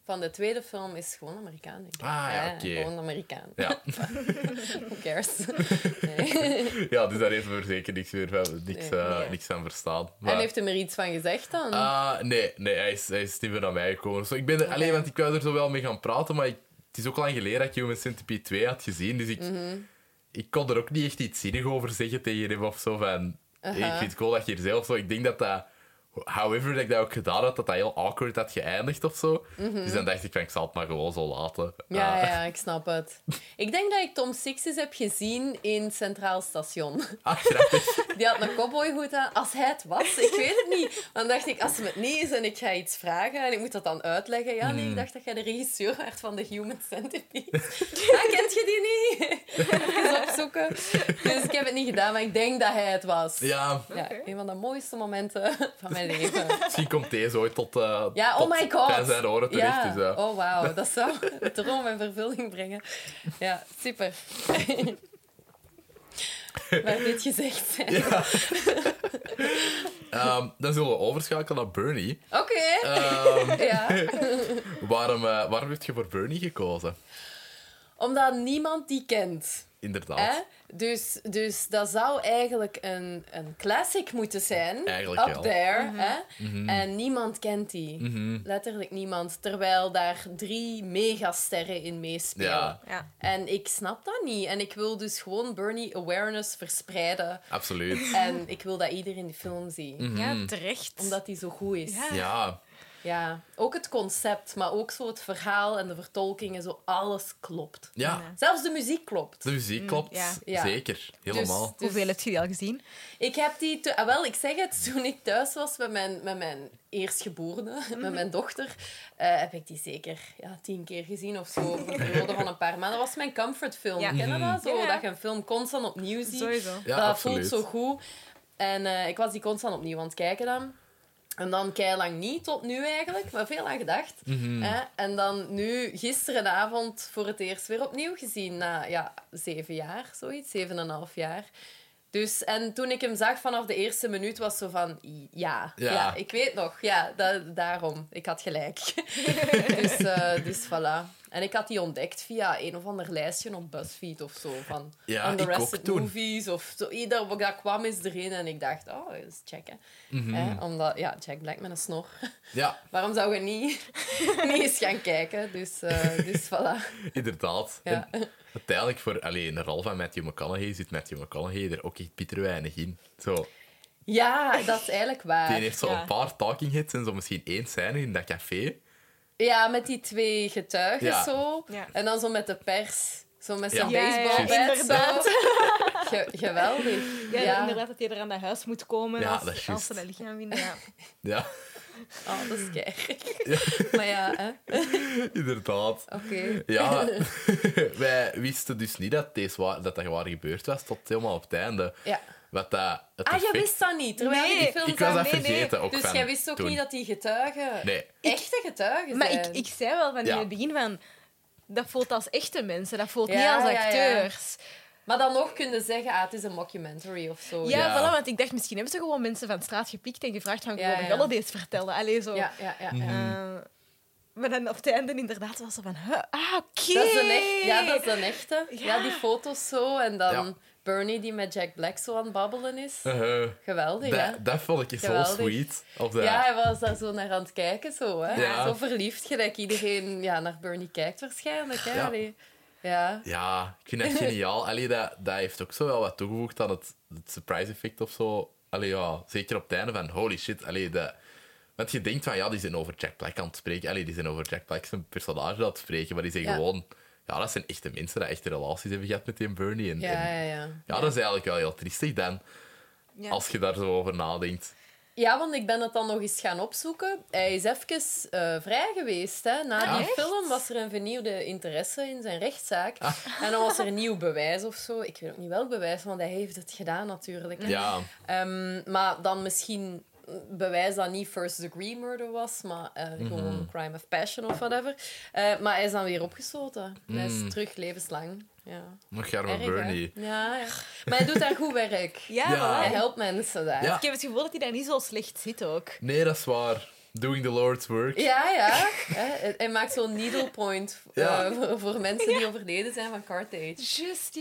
van de tweede film is gewoon Amerikaan, denk ik. Oké. Gewoon Amerikaan. Ja. Who cares? Nee. Ja, dus daar heeft we zeker niks van verstaan. Maar... En heeft hij er iets van gezegd dan? Nee, hij is niet meer naar mij gekomen. Zo, ik ben alleen, want ik wou er zo wel mee gaan praten, maar het is ook lang geleden dat ik Human Centipede 2 had gezien, dus ik kon er ook niet echt iets zinnig over zeggen tegen hem of zo. Van, ik vind het cool dat je hier zelf zo... Ik denk dat however dat ik dat ook gedaan had, dat heel awkward had geëindigd of zo. Dus dan dacht ik van, ik zal het maar gewoon zo laten. Ja, ik snap het. Ik denk dat ik Tom Sixes heb gezien in Centraal Station. Grappig. Die had een cowboyhoed aan. Als hij het was, ik weet het niet. Dan dacht ik, als hem het niet is en ik ga iets vragen en ik moet dat dan uitleggen. Ja, nee, ik dacht dat jij de regisseur werd van The Human Centipede. Kent je die niet? Even opzoeken. Dus ik heb het niet gedaan, maar ik denk dat hij het was. Ja. Een van de mooiste momenten van mijn leven. Misschien komt deze ooit tot oh my god. bij zijn oren terecht. Ja. Dus, Oh, wauw. Dat zou de droom in vervulling brengen. Ja, super. Maar dit gezegd zijn. Ja. Dan zullen we overschakelen naar Bernie. Oké. Ja. Waarom heb je voor Bernie gekozen? Omdat niemand die kent. Inderdaad. Dus dat zou eigenlijk een classic moeten zijn. Eigenlijk up wel. there. En niemand kent die. Letterlijk niemand. Terwijl daar 3 megasterren in meespelen. Ja. En ik snap dat niet. En ik wil dus gewoon Bernie awareness verspreiden. Absoluut. En ik wil dat iedereen die film ziet. Ja, terecht. Omdat die zo goed is. Ja. Ja, ook het concept, maar ook zo het verhaal en de vertolkingen, zo alles klopt. Ja. Zelfs de muziek klopt. De muziek klopt. Ja. Zeker. Helemaal. Dus- Hoeveel heb je die al gezien? Ik heb die... Wel, ik zeg het, toen ik thuis was met mijn eerstgeborene, met mijn dochter, heb ik die zeker 10 keer gezien of zo, over een periode van een paar maanden. Dat was mijn comfortfilm. Ja. Ken je dat? Zo, Ja. Dat je een film constant opnieuw ziet. Sowieso. Ja, dat absoluut. voelt zo goed. En ik was die constant opnieuw aan het kijken dan. En dan keilang niet, tot nu eigenlijk, maar veel aan gedacht. En dan nu, gisterenavond, voor het eerst weer opnieuw gezien. Na 7 jaar, zoiets, 7,5 jaar. Dus, en toen ik hem zag vanaf de eerste minuut, was zo van... Ja, ik weet nog. Ja, daarom. Ik had gelijk. dus voilà. En ik had die ontdekt via een of ander lijstje op BuzzFeed of zo. Van Ja, Underrated ik ook toen. Movies of zo. Ieder wat dat kwam is erin. En ik dacht, eens checken. Omdat, Jack Black met een snor. Ja, Waarom zou je niet eens gaan kijken? Dus voilà. inderdaad. Ja. En uiteindelijk, voor een rol van Matthew McConaughey zit Matthew McConaughey er ook echt bitter weinig in. Zo, Ja, dat is eigenlijk waar. die heeft zo een paar talking hits en zo misschien 1 scène in dat café. Ja, met die 2 getuigen Ja. zo. Ja. En dan zo met de pers. Zo met zijn Ja. baseballbat. inderdaad. Zo. Geweldig. Ja, inderdaad, dat hij er aan naar huis moet komen Ja, dat is als juist. ze dat lichaam vinden. Ja. Ja, Oh, dat is kei. Maar ja, hè. inderdaad. Oké. Ja, wij wisten dus niet dat dat waar gebeurd was tot helemaal op het einde. Ja. Wat dat, het Ah, jij effect- wist dat niet, terwijl je die Nee, film Ik was zag. dat vergeten ook Dus van jij wist ook toen. niet dat die getuigen Nee. echte getuigen Maar zijn. ik zei wel van in Ja. het begin van... Dat voelt als echte mensen, dat voelt Ja, niet als ja, ja. acteurs. Maar dan nog kunnen zeggen, het is een mockumentary of zo. Ja, Ja. voilà, want ik dacht, misschien hebben ze gewoon mensen van straat gepikt en gevraagd van Ja, gewoon ja. holidays vertellen. Allee, zo. Ja. Maar dan op het einde inderdaad was ze van... Oké. Dat is een echt, ja, dat is een echte. Ja, Ja. die foto's zo. En dan Ja. Bernie die met Jack Black zo aan het babbelen is. Geweldig, hè? Dat vond ik zo Geweldig. sweet. Of dat, Ja, hij was daar zo naar aan het kijken, zo, hè. Ja. Zo verliefd, gelijk iedereen naar Bernie kijkt waarschijnlijk, hè. Ja. Allee. Ja. Ja, ik vind dat geniaal. Allee, dat heeft ook zo wel wat toegevoegd aan het surprise effect of zo. Allee, ja, zeker op het einde van holy shit. Allee, want je denkt van, die zijn over Jack Black aan het spreken. Allee, die zijn over Jack Black zijn personage aan het spreken. Maar die zijn Ja. gewoon... Ja, dat zijn echte mensen die echte relaties hebben gehad met die Bernie. En, Ja. dat is eigenlijk wel heel triestig dan, Ja. als je daar zo over nadenkt. Ja, want ik ben het dan nog eens gaan opzoeken. Hij is even vrij geweest. Hè. Na die echt? film was er een vernieuwde interesse in zijn rechtszaak. En dan was er een nieuw bewijs of zo. Ik weet ook niet welk bewijs, want hij heeft het gedaan natuurlijk. Ja, Maar dan misschien bewijs dat niet first-degree murder was, maar gewoon crime of passion of whatever. Maar hij is dan weer opgesloten. Hij is terug levenslang. Ja. nog jaar met Erg, hè? Bernie. Ja. Maar hij doet daar goed werk. Ja, Ja. voilà. Hij helpt mensen daar. Ja. Ik heb het gevoel dat hij daar niet zo slecht zit ook. Nee, dat is waar. Doing the Lord's work. Ja. Hij maakt zo'n needle point voor mensen die overleden zijn van Carthage. Just,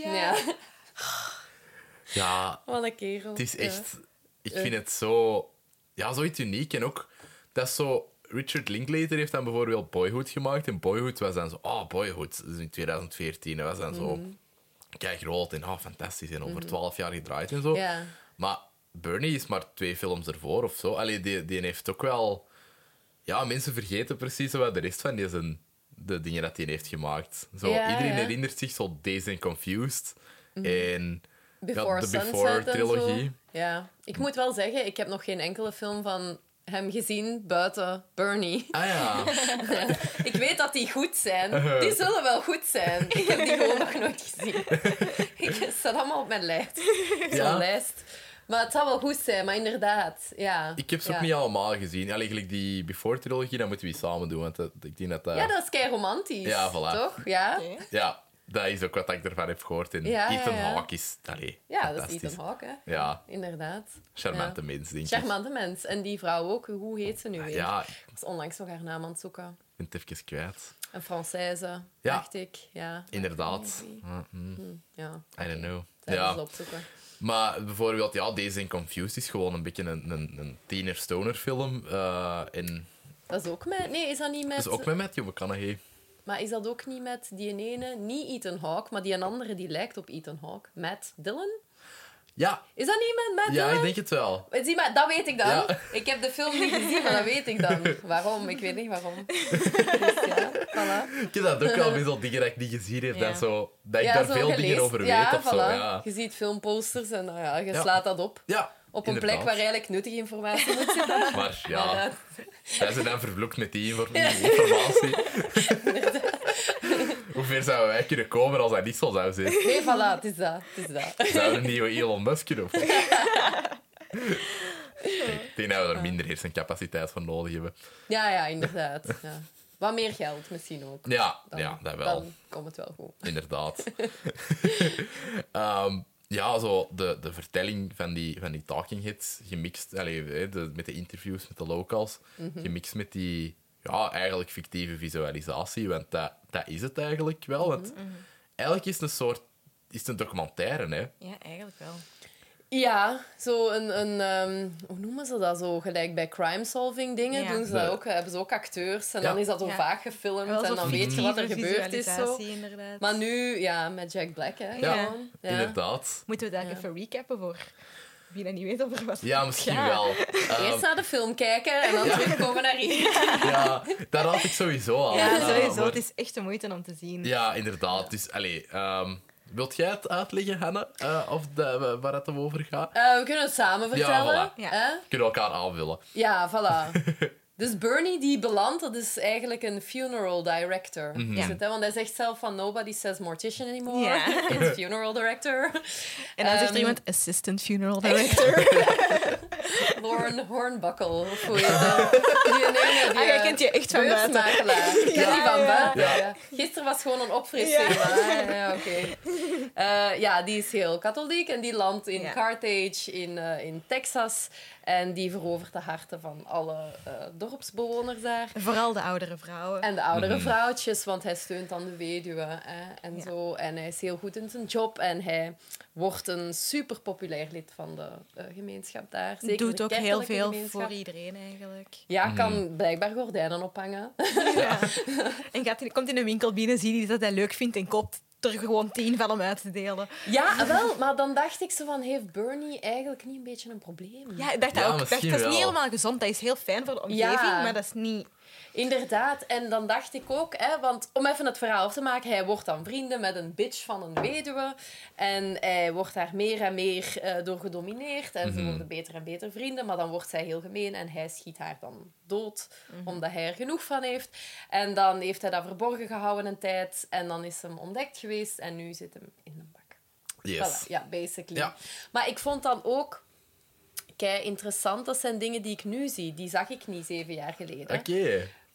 Ja, Wat een kerel. het is echt... Ik vind het zo... Ja, zoiets uniek. En ook, dat is zo... Richard Linklater heeft dan bijvoorbeeld Boyhood gemaakt. En Boyhood was dan zo... Boyhood. Dat is in 2014. En was dan zo... Kijk, groot en fantastisch. En over 12 jaar gedraaid en zo. Ja. Maar Bernie is maar 2 films ervoor of zo. Allee, die heeft ook wel... Ja, mensen vergeten precies wat de rest van de dingen dat hij heeft gemaakt. Zo, iedereen herinnert zich zo Dazed and Confused. En Before de Sunset Before-trilogie. en zo. Ja. Ik moet wel zeggen, ik heb nog geen enkele film van hem gezien buiten Bernie. Ah ja. Ik weet dat die goed zijn. Die zullen wel goed zijn. Ik heb die gewoon nog nooit gezien. Ik staat allemaal op mijn lijst. Zo'n lijst. Maar het zal wel goed zijn, maar inderdaad. Ja. Ik heb ze ook niet allemaal gezien. Eigenlijk die Before-trilogie, dat moeten we samen doen. Want ik denk dat... Ja, dat is kei romantisch. Ja, voilà. Toch? Ja. Okay. Ja, dat is ook wat ik ervan heb gehoord. En Ethan Hawke is... Allee, Ja, dat is fantastisch. Ethan Hawke, hè. Ja, Inderdaad. charmante mens, denk ik. Charmante mens. En die vrouw ook. Hoe heet ze nu weer? Ja, Ik was onlangs nog haar naam aan het zoeken. ben het even kwijt. Een Française, Ja. dacht ik. Ja. Inderdaad. Ja. I don't know. Zij Ja. eens opzoeken. Maar bijvoorbeeld, Dazed and Confused is gewoon een beetje een tiener-stoner-film. En Dat is ook met... Nee, is dat niet met... dat is ook met Matthew McConaughey. Maar is dat ook niet met die ene, niet Ethan Hawke, maar die een andere die lijkt op Ethan Hawke? Matt Dillon? Ja, Is dat niet met Matt ja, Dillon? ik denk het wel. Zie maar, dat weet ik dan. Ja. Ik heb de film niet gezien, maar dat weet ik dan. Waarom? Ik weet niet waarom. Dus ja, voilà. Ik heb dat ook wel met zo'n dingen dat ik niet gezien heb. Ja. Dat ik daar zo veel dingen gelezen. over ja, weet. Of voilà. zo. Ja. Je ziet filmposters en nou ja, je Ja. slaat dat op. Ja, Op een inderdaad. plek waar eigenlijk nuttige informatie moet zitten. Maar ja, Maar, wij zijn dan vervloekt met die informatie. Hoe ver zouden wij kunnen komen als dat niet zo zou zijn? nee, voilà, het is dat. Het is dat. Zouden we een nieuwe Elon Musk kunnen of wat? Ik denk dat we er minder hersencapaciteit voor nodig hebben. Ja, inderdaad. Ja. Wat meer geld misschien ook. Ja, Dan- ja, dat wel. Dan komt het wel goed. Inderdaad. Ja, zo de vertelling van die talking heads, gemixt met de interviews met de locals, gemixt met die eigenlijk fictieve visualisatie, want dat is het eigenlijk wel. Want eigenlijk is het een soort... Is het een documentaire, hè? Ja, eigenlijk wel. Ja, zo hoe noemen ze dat zo? Gelijk bij crime-solving dingen Ja. doen ze dat ook, hebben ze ook acteurs. En Ja. dan is dat zo Ja. vaak gefilmd Wel en zo'n dan weet je wat er fictieve gebeurd is. Zo. visualisatie, inderdaad. Maar nu, ja, met Jack Black, hè. Ja. Gewoon. Ja. Inderdaad. Moeten we daar even recappen voor wie dat niet weet over wat Ja, het misschien gaat? wel. Eerst naar de film kijken en dan terugkomen naar hier. Ja, daar raad ik sowieso aan. Ja, sowieso. maar- Het is echt de moeite om te zien. Ja, inderdaad. Dus, wilt jij het uitleggen, Hanne? Waar het over gaat? We kunnen het samen vertellen. voilà. Ja. Hè? We kunnen elkaar aanvullen. Ja, voilà. Dus Bernie die belandt, dat is eigenlijk een funeral director. Is het, hè? Want hij zegt zelf van nobody says mortician anymore. Ja. It's funeral director. En dan zegt er iemand assistant funeral director. Lauren Hornbuckle, of hoe heet dat? Die ene, die, jij kent je echt van buiten. beursmakelaar. Ik ken die van Ja. buiten. Ja. Ja. Gisteren was gewoon een opfrissing. Maar, ja, oké. Ja, die is heel katholiek en die landt in Ja. Carthage in Texas. En die verovert de harten van alle dorpsbewoners daar. Vooral de oudere vrouwen. En de oudere vrouwtjes, want hij steunt dan de weduwe. En, Ja. zo. En hij is heel goed in zijn job. En hij wordt een super populair lid van de gemeenschap daar. Zeker Doet de ook heel kerkelijke veel gemeenschap. voor iedereen eigenlijk. Ja, kan blijkbaar gordijnen ophangen. Ja. En komt in een winkel binnen, ziet hij dat hij leuk vindt en koopt er gewoon 10 van hem uit te delen. Ja, wel. Maar dan dacht ik zo van, heeft Bernie eigenlijk niet een beetje een probleem? Ja, ik dacht Ja, dat ook. Ik dacht, misschien dat is niet wel. helemaal gezond. Dat is heel fijn voor de omgeving, Ja. maar dat is niet... Inderdaad. En dan dacht ik ook, want om even het verhaal af te maken, hij wordt dan vrienden met een bitch van een weduwe. En hij wordt daar meer en meer door gedomineerd. En ze worden beter en beter vrienden. Maar dan wordt zij heel gemeen en hij schiet haar dan dood, omdat hij er genoeg van heeft. En dan heeft hij dat verborgen gehouden een tijd. En dan is hem ontdekt geweest en nu zit hem in een bak. Yes. Voilà, ja, basically. Ja. Maar ik vond dan ook kei interessant. Dat zijn dingen die ik nu zie. Die zag ik niet 7 jaar geleden. Oké.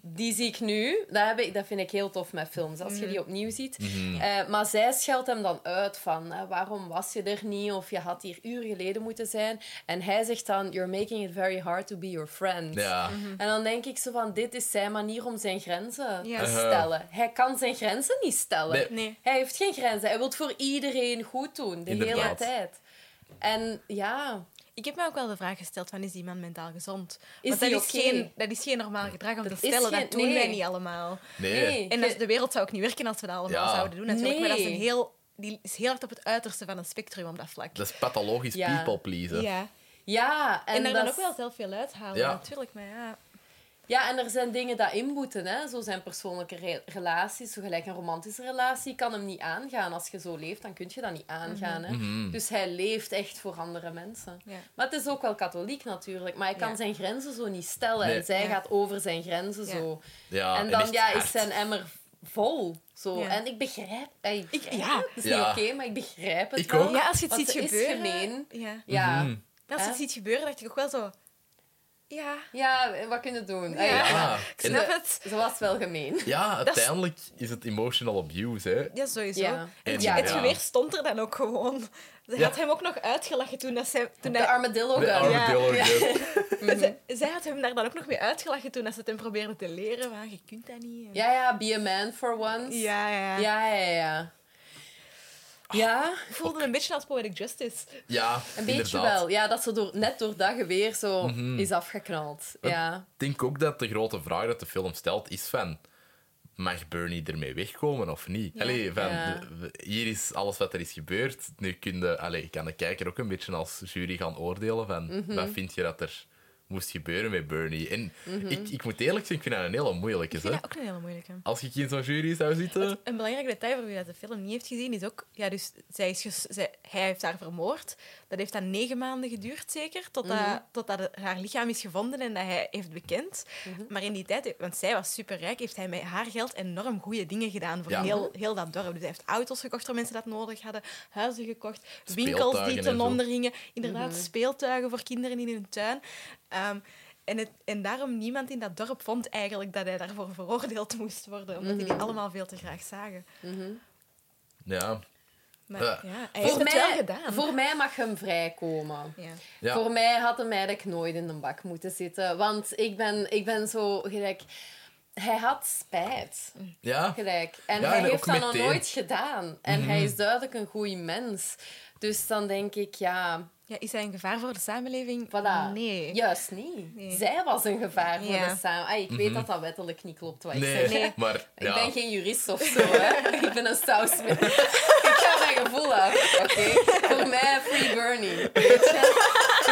Die zie ik nu. Dat vind ik heel tof met films, als je die opnieuw ziet. Maar zij scheldt hem dan uit van... waarom was je er niet? Of je had hier uren geleden moeten zijn. En hij zegt dan... You're making it very hard to be your friend. Ja. En dan denk ik zo van... Dit is zijn manier om zijn grenzen Ja. te stellen. Hij kan zijn grenzen niet stellen. Nee. Hij heeft geen grenzen. Hij wil voor iedereen goed doen. De hele Inderdaad. tijd. En ja... Ik heb me ook wel de vraag gesteld van, is die man mentaal gezond? Is Want die dat is geen normaal gedrag om te is stellen. geen- Dat doen nee. wij niet allemaal. Nee. En de wereld zou ook niet werken als we dat allemaal Ja. zouden doen. Natuurlijk. Maar dat is Nee. die is heel hard op het uiterste van een spectrum op dat vlak. Dat is pathologisch Ja. people pleasen. Ja. Ja, En daar dat dan is- ook wel zelf veel uithalen, Ja. natuurlijk. Maar ja. Ja, en er zijn dingen dat inboeten. Hè? Zo zijn persoonlijke relaties, zo gelijk een romantische relatie, kan hem niet aangaan. Als je zo leeft, dan kun je dat niet aangaan. Hè? Dus hij leeft echt voor andere mensen. Ja. Maar het is ook wel katholiek natuurlijk. Maar hij kan Ja. zijn grenzen zo niet stellen. Nee. En zij Ja. gaat over zijn grenzen Ja. zo. Ja, en dan echt is hard. zijn emmer vol. Zo. Ja. En ik begrijp... Ja. Het is Ja. niet oké, maar ik begrijp het Ik wel. ook. Ja, als je het Want ziet ze is gebeuren... gemeen. Ja. Ja. Mhm. Als je het Hè? ziet gebeuren, dacht ik ook wel zo... Ja, Ja, wat kun je doen? Ja. Ja. ik En- snap het. Ze was wel gemeen. Ja, uiteindelijk is het emotional abuse, hè. Ja, sowieso. Ja. En Ja. Het ja. geweer stond er dan ook gewoon. Ze Ja. had hem ook nog uitgelachen toen dat zij... Toen De hij, armadillo De gun. armadillo Ja. gun. zij had hem daar dan ook nog mee uitgelachen toen dat ze het hem probeerde te leren. Van, je kunt dat niet. En- Ja, be a man for once. Ja. Ja. Ja, Ik voelde een beetje als Poetic Justice. een Ja, beetje inderdaad. Mhm. wel. Ja, dat ze net door dat geweer zo is afgeknald. Ja. Ik denk ook dat de grote vraag dat de film stelt is van... Mag Bernie ermee wegkomen of niet? Ja. Allee, van, Ja. hier is alles wat er is gebeurd. Nu kan de kijker ook een beetje als jury gaan oordelen van... Wat vind je dat er moest gebeuren met Bernie? En ik moet eerlijk zijn, ik vind dat een hele moeilijke. Ik vind Hè? dat ook een hele moeilijke. Als ik in zo'n jury zou zitten... Een belangrijk detail voor wie dat de film niet heeft gezien is ook... Ja, dus hij heeft haar vermoord. Dat heeft dan 9 maanden geduurd, zeker. Totdat haar lichaam is gevonden en dat hij heeft bekend. Maar in die tijd, want zij was superrijk, heeft hij met haar geld enorm goede dingen gedaan voor Ja. heel dat dorp. Dus hij heeft auto's gekocht voor mensen dat nodig hadden, huizen gekocht, winkels Speeltuigen die en ten zo. onder gingen. Inderdaad, speeltuigen voor kinderen in hun tuin. En daarom niemand in dat dorp vond eigenlijk dat hij daarvoor veroordeeld moest worden. Omdat die allemaal veel te graag zagen. Ja, Maar Ja. ja, hij heeft het wel gedaan. Voor mij mag hem vrijkomen. Ja. ja. Voor mij had hem eigenlijk nooit in de bak moeten zitten. Want ik ben zo gelijk... Hij had spijt. ja. Gelijk. En Ja, hij en heeft ook dat nog meteen. nooit gedaan. En hij is duidelijk een goede mens. Dus dan denk ik, ja... Ja, is hij een gevaar voor de samenleving? Voilà. Nee. Juist niet. Nee. Zij was een gevaar voor Ja. de samenleving. Ik weet dat dat wettelijk niet klopt wat ik Nee, zeg. hè. maar... Ik Ja. ben geen jurist of zo, hè. Ik ben een sausmid. Ik ga mijn gevoel af, oké? Voor mij, free Bernie. Weet je?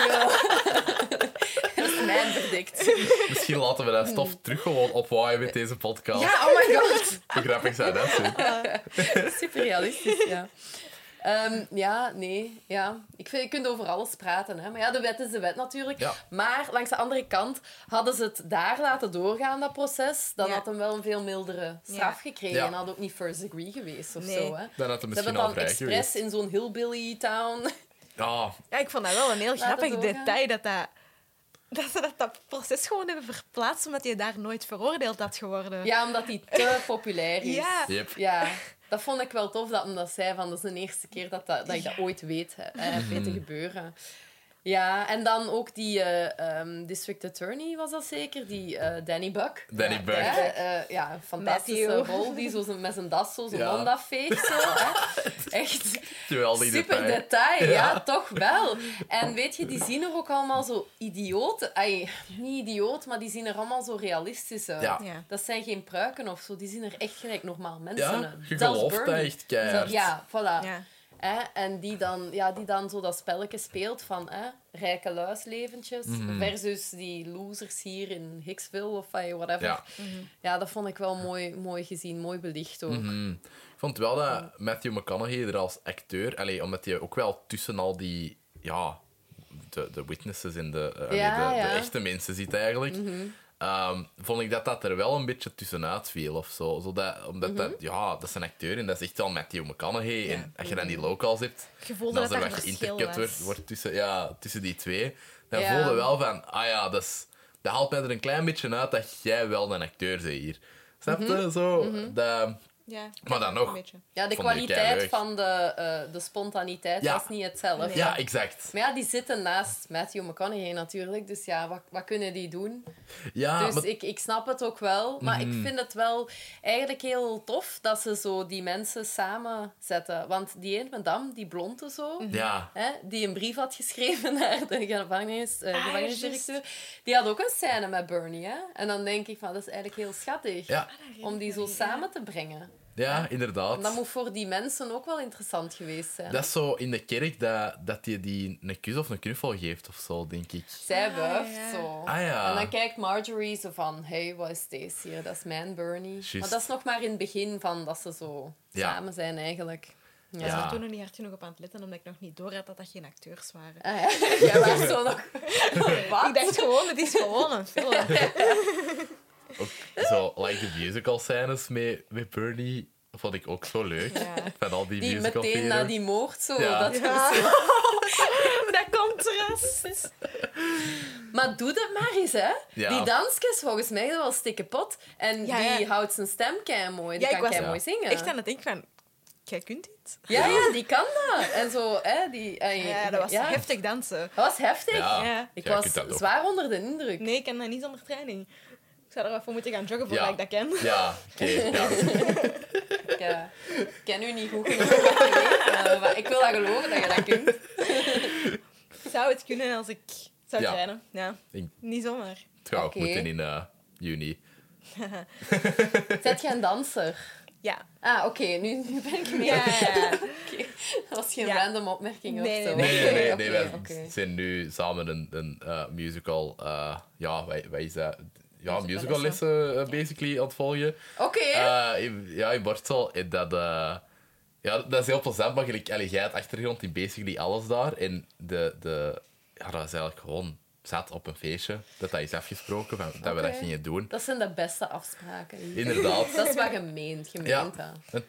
Dat is mijn verdict. Misschien laten we dat stof terug gewoon opwaaien met deze podcast. Ja, oh my god. Hoe grappig zou dat zijn? Super realistisch, ja. Ja, nee, ja. Ik vind, je kunt over alles praten, hè. Maar ja, de wet is de wet natuurlijk. Ja. Maar langs de andere kant, hadden ze het daar laten doorgaan, dat proces, dan Ja. had hem wel een veel mildere straf gekregen. Ja. En had ook niet first degree geweest of Nee. zo, hè. Dan had hij Ze hebben misschien het al dan vrij expres geweest. in zo'n hillbilly town... Ja, Ja, ik vond dat wel een heel Laat grappig het doorgaan. detail dat ze dat proces gewoon hebben verplaatst omdat hij daar nooit veroordeeld had geworden. Ja, omdat hij te populair is. Ja. yep. Ja, dat vond ik wel tof dat hem dat zei. Van, dat is de eerste keer dat ik dat ooit weet. Heb weten gebeuren. Ja, en dan ook die district attorney, was dat zeker? Die Danny Buck. Danny Buck. Ja, een fantastische Matthew. rol. Die zo met zijn das zo, zijn Ja. mond afveegt. Zo, hè. Echt Geweldig super detail. detail. Ja, toch wel. En weet je, die zien er ook allemaal zo idioot... niet idioot, maar die zien er allemaal zo realistisch uit. Ja. Ja. Dat zijn geen pruiken of zo. Die zien er echt gelijk normaal mensen Ja, uit. je Zelfs gelooft dat Bernie. echt keihard. Ja, voilà. Ja. En die dan zo dat spelletje speelt van rijke luisleventjes versus die losers hier in Hicksville of whatever. Ja. Ja, dat vond ik wel mooi gezien, mooi belicht ook. Ik vond wel dat Matthew McConaughey er als acteur... omdat hij ook wel tussen al die... Ja, de witnesses en de echte mensen zit eigenlijk... vond ik dat er wel een beetje tussenuit viel of zo. Omdat dat is een acteur en dat is echt wel Matthew McConaughey. Ja. En als je dan die locals hebt, Je voelde en als dat er daar wat verschil intercut was. wordt tussen die twee, dan Ja. voelde wel van, dat dat haalt mij er een klein beetje uit dat jij wel een acteur bent hier. Snap je? Zo, dat... Ja, Maar dan nog. een beetje. Ja, de Vond ik kwaliteit keileuk. van de spontaniteit Ja. was niet hetzelfde. Nee. Ja, exact. Maar ja, die zitten naast Matthew McConaughey natuurlijk. Dus ja, wat kunnen die doen? Ja, Dus maar... ik snap het ook wel. Maar ik vind het wel eigenlijk heel tof dat ze zo die mensen samenzetten. Want die een Madame, die blonde zo... Ja. Hè, die een brief had geschreven naar de gevangenisdirecteur. juist. Die had ook een scène met Bernie. Hè? En dan denk ik van, dat is eigenlijk heel schattig. Ja. Om die zo samen te brengen. Ja, inderdaad. En dat moet voor die mensen ook wel interessant geweest zijn. Dat is zo in de kerk dat die een kus of een knuffel geeft of zo, denk ik. Zij wuift ja. zo. Ah, ja. En dan kijkt Marjorie zo van... Hey, wat is deze hier? Dat is mijn Bernie. Juist. Maar dat is nog maar in het begin van dat ze zo Ja. samen zijn eigenlijk. Ja. Ik was Ja. er toen nog niet hard genoeg op aan het letten, omdat ik nog niet door had dat dat geen acteurs waren. Ah, ja. Jij was zo nog... Wat? Ik dacht gewoon, het is gewoon een film. Ook zo, like de musical scènes met Bernie vond ik ook zo leuk. Ja. Van al die, Die musical meteen theater. na die moord zo. Ja. Dat Ja. zo. Dat contrast. Maar doe dat maar eens, hè. Ja. Die dansjes, volgens mij, dat was stikke pot. En Ja, die ja. houdt zijn stem mooi. Die Ja, ik kan was mooi zingen. Echt aan het denken van, jij kunt dit? Ja, die kan dat. En zo, hè, Ja, dat was ja. heftig dansen. Dat was heftig. Ja. Ja. Ik Ja, je was kunt dat ook. zwaar onder de indruk. Nee, ik kan dat niet zonder training. Ik zou er wel voor moeten gaan joggen voordat Ja. ik dat ken. Ja, oké. Ja. Ik ken u niet goed genoeg om dat te weten, maar ik wil dat geloven dat je dat kunt. Ik zou het kunnen als ik zou Ja. trainen. Ja. Ik- Niet zomaar. Het gaat ook Oké. moeten in juni. Zet jij een danser? Ja. Ah, oké, nu ben ik mee. Ja. Oké. Dat was geen Ja. random opmerking Nee, of zo. Nee, Oké, wij oké. zijn nu samen een musical... ja, wij is dat? Ja, musicallessen basically aan het volgen. Oké. In Bortsel. En dat... ja, dat is heel plezant, maar jij hebt achtergrond in basically alles daar. En ja, dat is eigenlijk gewoon zat op een feestje. Dat is afgesproken, dat we dat Oké. gingen doen. Dat zijn de beste afspraken. Inderdaad. Dat is wat je meent. Je Ja, meent dat. want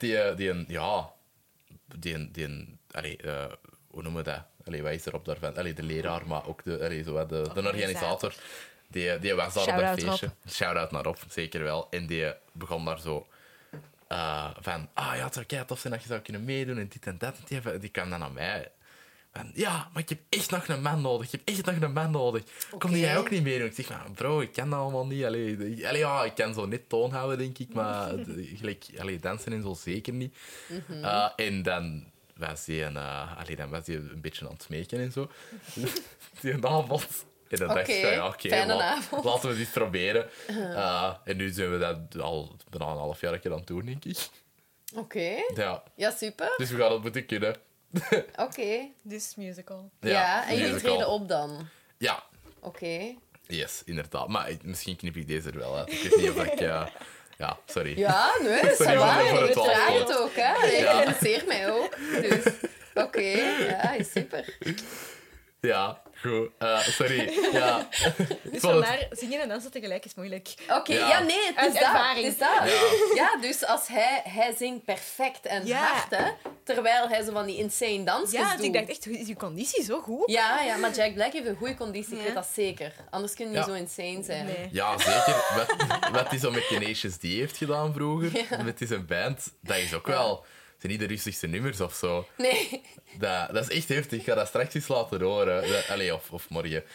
hoe noemen we dat? Wat is erop daarvan? De leraar, maar ook de organisator. Die was daar op Shout-out een feestje. Shout-out naar Rob, zeker wel. En die begon daar zo van... ja, het zou kei tof zijn dat je zou kunnen meedoen en dit en dat. En die kwam dan aan mij. Van, ja, maar ik heb echt nog een man nodig. Kom Oké. jij ook niet meedoen? Ik zeg, maar, bro, ik kan dat allemaal niet. Ja, ik kan zo net toon houden, denk ik. Maar dansen en zo zeker niet. En dan was hij een beetje aan het smeken en zo. Die avond. En dan dacht ik, Oké, fijne avond. laten we dit proberen. En nu zijn we dat al bijna een half jaar aan het doen, denk ik. Oké. Ja, Ja, super. dus we gaan het moeten kunnen. Oké. Dus musical. Ja, en jullie musical. treden op dan? Ja, Oké. yes, inderdaad. Maar misschien knip ik deze er wel uit. Ik weet niet of ik... ja, sorry. Ja, nee, ça Sorry va. voor de Je draagt twijfel. het ook, hè. Je Ja. interesseert mij ook. Dus, oké. Ja, is super. Ja, goed. Sorry. Ja. Dus vond het- vandaar, zingen en dansen tegelijk is moeilijk. Oké, Ja. ja, nee, het Uit is dat. ervaring. Het is dat. Ja. Ja, dus als hij zingt perfect en Ja. hard, hè, terwijl hij zo van die insane dansjes Ja, doet. dus ik dacht echt, is uw conditie zo goed? Ja, maar Jack Black heeft een goede conditie, ik Ja. weet dat zeker. Anders kun je niet Ja. zo insane zijn. Nee. Ja, zeker. Wat hij zo met Tenacious D heeft gedaan vroeger, met zijn band, dat is ook wel... Het zijn niet de rustigste nummers of zo. Nee. Dat is echt heftig. Ik ga dat straks eens laten horen. Of morgen.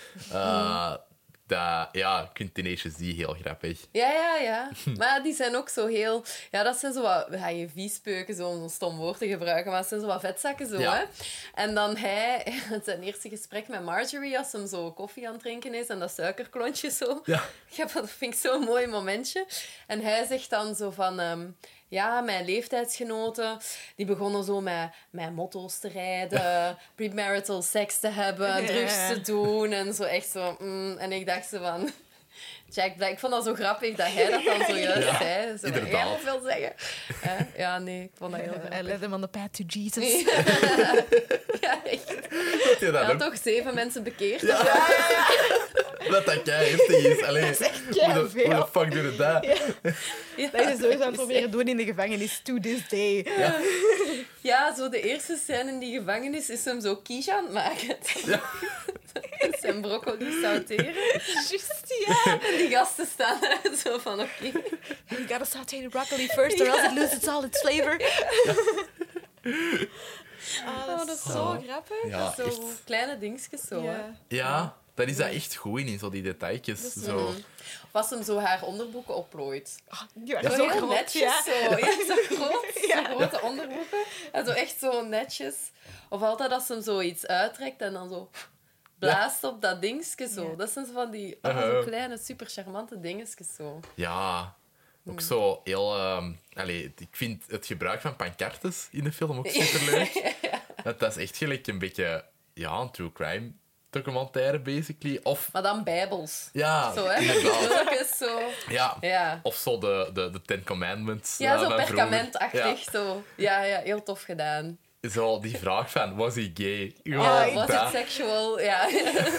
Ik vind Tenacious D heel grappig. Ja. Maar die zijn ook zo heel... Ja, dat zijn zo wat... Ga je viespeuken, zo'n stom woord te gebruiken, maar het zijn zo wat vetzakken zo, Ja. hè. En dan zijn eerste gesprek met Marjorie, als hem zo koffie aan het drinken is en dat suikerklontje zo. Ja. Ja, dat vind ik zo'n mooi momentje. En hij zegt dan zo van... ja, mijn leeftijdsgenoten, die begonnen zo met motto's te rijden, premarital seks te hebben, drugs te doen en zo echt zo... en ik dacht zo van... Jack Black, ik vond dat zo grappig dat hij dat dan zojuist Ja, zei. Zo, inderdaad. jij moet veel zeggen. Ja, nee, ik vond dat heel I grappig. led them on the path to Jesus. Ja, echt. Dat je Hij dat had ook... toch 7 mensen bekeerd. Dat kei heftig is. Allee, hoe keiveel. de fuck doe je dat? Dat is sowieso aan het proberen doen in de gevangenis to this day. Ja, zo de eerste scène in die gevangenis is hem zo quiche aan het maken. zijn broccoli sauteren. Juist, ja. En die gasten staan daar zo van, oké. You gotta saute the broccoli first, or else it loses all its flavor. Dat is zo grappig. Ja, Zo echt. kleine dingetjes zo, hè. Ja, daar is dat echt goed in zo die detailtjes. Zo. Of als hem zo haar onderbroeken oplooit. Die waren Zo zo heel groot, netjes, ja. zo. Ja, zo groot. Zo grote onderbroeken. En zo echt zo netjes. Of altijd als ze hem zoiets uittrekt en dan zo blaast op dat dingetje zo. Ja. Dat zijn zo van die zo kleine, super charmante dingetjes zo. Ja, ook zo heel... ik vind het gebruik van pancartes in de film ook superleuk. Dat is echt gelijk een beetje een true crime documentaire, basically. Of... Maar dan bijbels. Ja, Zo, hè. inderdaad. Zulke zo. Ja. Ja. Of zo de Ten Commandments. Ja, zo van vroeger. perkamentachtig. Zo. Ja, heel tof gedaan. Ja. Zo die vraag van, was hij gay? Was dat. het sexual? Ja.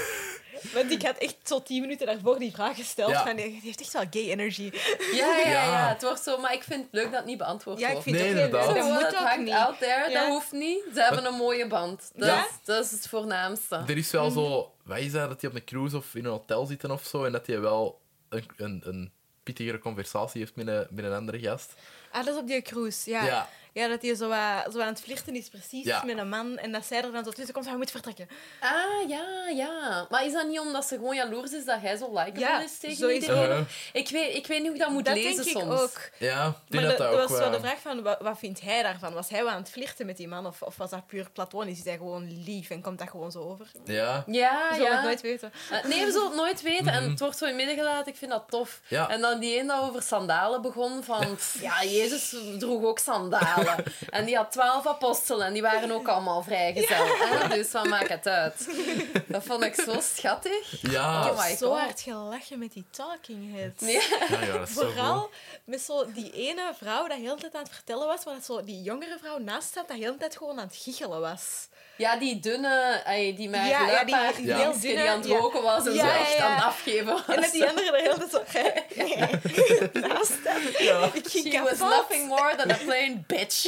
Want ik had echt zo 10 minuten daarvoor die vraag gesteld. Ja. Van, die heeft echt wel gay energy. Ja. Het wordt zo... Maar ik vind het leuk dat het niet beantwoord Ja, ik wordt. vind Nee, het ook inderdaad. heel leuk. Dat Gewoon, moet het ook hangt niet. out there, Ja. dat hoeft niet. Ze hebben een mooie band. Ja. Dat is het voornaamste. Er is wel zo... Wat is dat die op een cruise of in een hotel zitten of zo, en dat hij wel een pittigere conversatie heeft met een andere gast. Ah, dat is op die cruise, ja. Ja. Ja, dat hij zo aan het flirten is, precies, Ja. met een man. En dat zij er dan zo tussen komt van, je moet vertrekken. Ah, ja. Maar is dat niet omdat ze gewoon jaloers is dat hij zo likeable Ja, is tegen sowieso. iedereen? Ik weet niet hoe ik dat moet Dat lezen denk ik soms. ook. Ja, ik denk Maar dat dat ook was wel wel... de vraag van, wat vindt hij daarvan? Was hij wel aan het flirten met die man? Of was dat puur platonisch? Is hij gewoon lief en komt dat gewoon zo over? Ja. Ja, We zullen ja. het nooit weten. Nee, we zullen het nooit weten. En het wordt zo in het midden gelaten. Ik vind dat tof. Ja. En dan die een dat over sandalen begon. Van, ja, Jezus droeg ook sandalen. En die had 12 apostelen. En die waren ook allemaal vrijgezel. Hè? Dus wat maakt het uit? Dat vond ik zo schattig. Ja. Oh my Zo God. hard gelachen met die talking heads. Nee. Ja, dat is zo Vooral goed. met zo die ene vrouw dat heel de tijd aan het vertellen was, waar dat zo die jongere vrouw naast zat, dat heel de tijd gewoon aan het giechelen was. Ja, die dunne, die met Ja, ja, die luipaard, heel die dunne, aan het ja. roken was en Ja, zo ja, echt ja. aan het afgeven was. En dat die andere er heel de tijd zo naast zat. Ik ging She was kapot. nothing more than a plain bitch.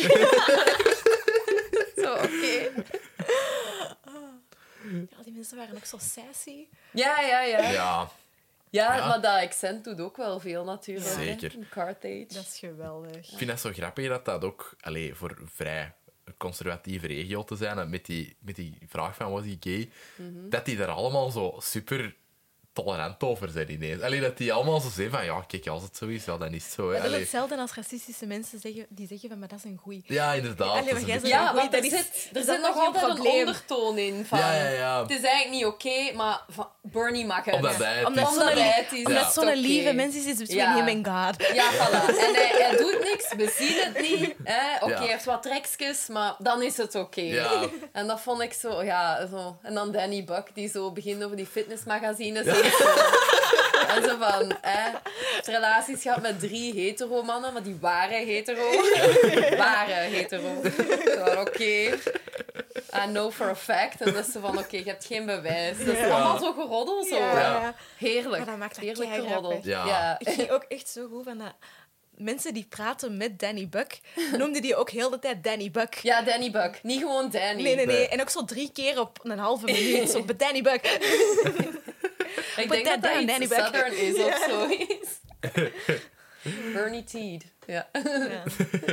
Zo, oké. Ja, die mensen waren ook zo sassy. Ja. Ja. Ja. Maar dat accent doet ook wel veel natuurlijk. hè. Zeker. In Carthage. Dat is geweldig. Ik vind dat zo grappig dat dat ook voor een vrij conservatieve regio te zijn, en met die vraag van was hij gay, dat die daar allemaal zo super tolerant over zijn ineens. Allee, dat die allemaal zo zeggen van, ja, kijk, als het zo is, ja, dan is het zo. Hè. Dat is Allee. hetzelfde als racistische mensen die zeggen van, maar dat is een goeie. Ja, inderdaad. Allee, dat is maar een jij beetje- zegt- Ja, Goeie, want dat er is- zit dat nog is geen altijd een probleem. ondertoon in van... Ja. Het is eigenlijk niet oké, maar Bernie mag het. Omdat hij het Omdat is. zo'n Omdat hij het is, omdat is zo'n het oké. lieve mens is between Ja. him en God. Ja, voilà. En hij doet niks, we zien het niet. Oké, Ja. hij heeft wat trekjes, maar dan is het oké. Ja. En dat vond ik zo, zo. En dan Danny Buck, die zo begint over die fitnessmagazines. En zo van, heeft relaties gehad met 3 hetero-mannen, maar die waren hetero. Waren hetero. Zo, oké. I know for a fact. En dat is zo van, oké, je hebt geen bewijs. Dat is allemaal zo geroddel, zo. Ja. Heerlijk. Maar dat maakt dat Heerlijk keigrappig. geroddeld. Ja. Ik ging ook echt zo goed van dat... Mensen die praten met Danny Buck, noemden die ook heel de tijd Danny Buck. Ja, Danny Buck. Niet gewoon Danny. Nee. Nee. En ook zo 3 keer op een halve minuut. Zo, but Danny Buck. Ik Put denk that dat down, iets Danny Buck. Southern is of zoiets. Bernie Teed. Ja. Ja.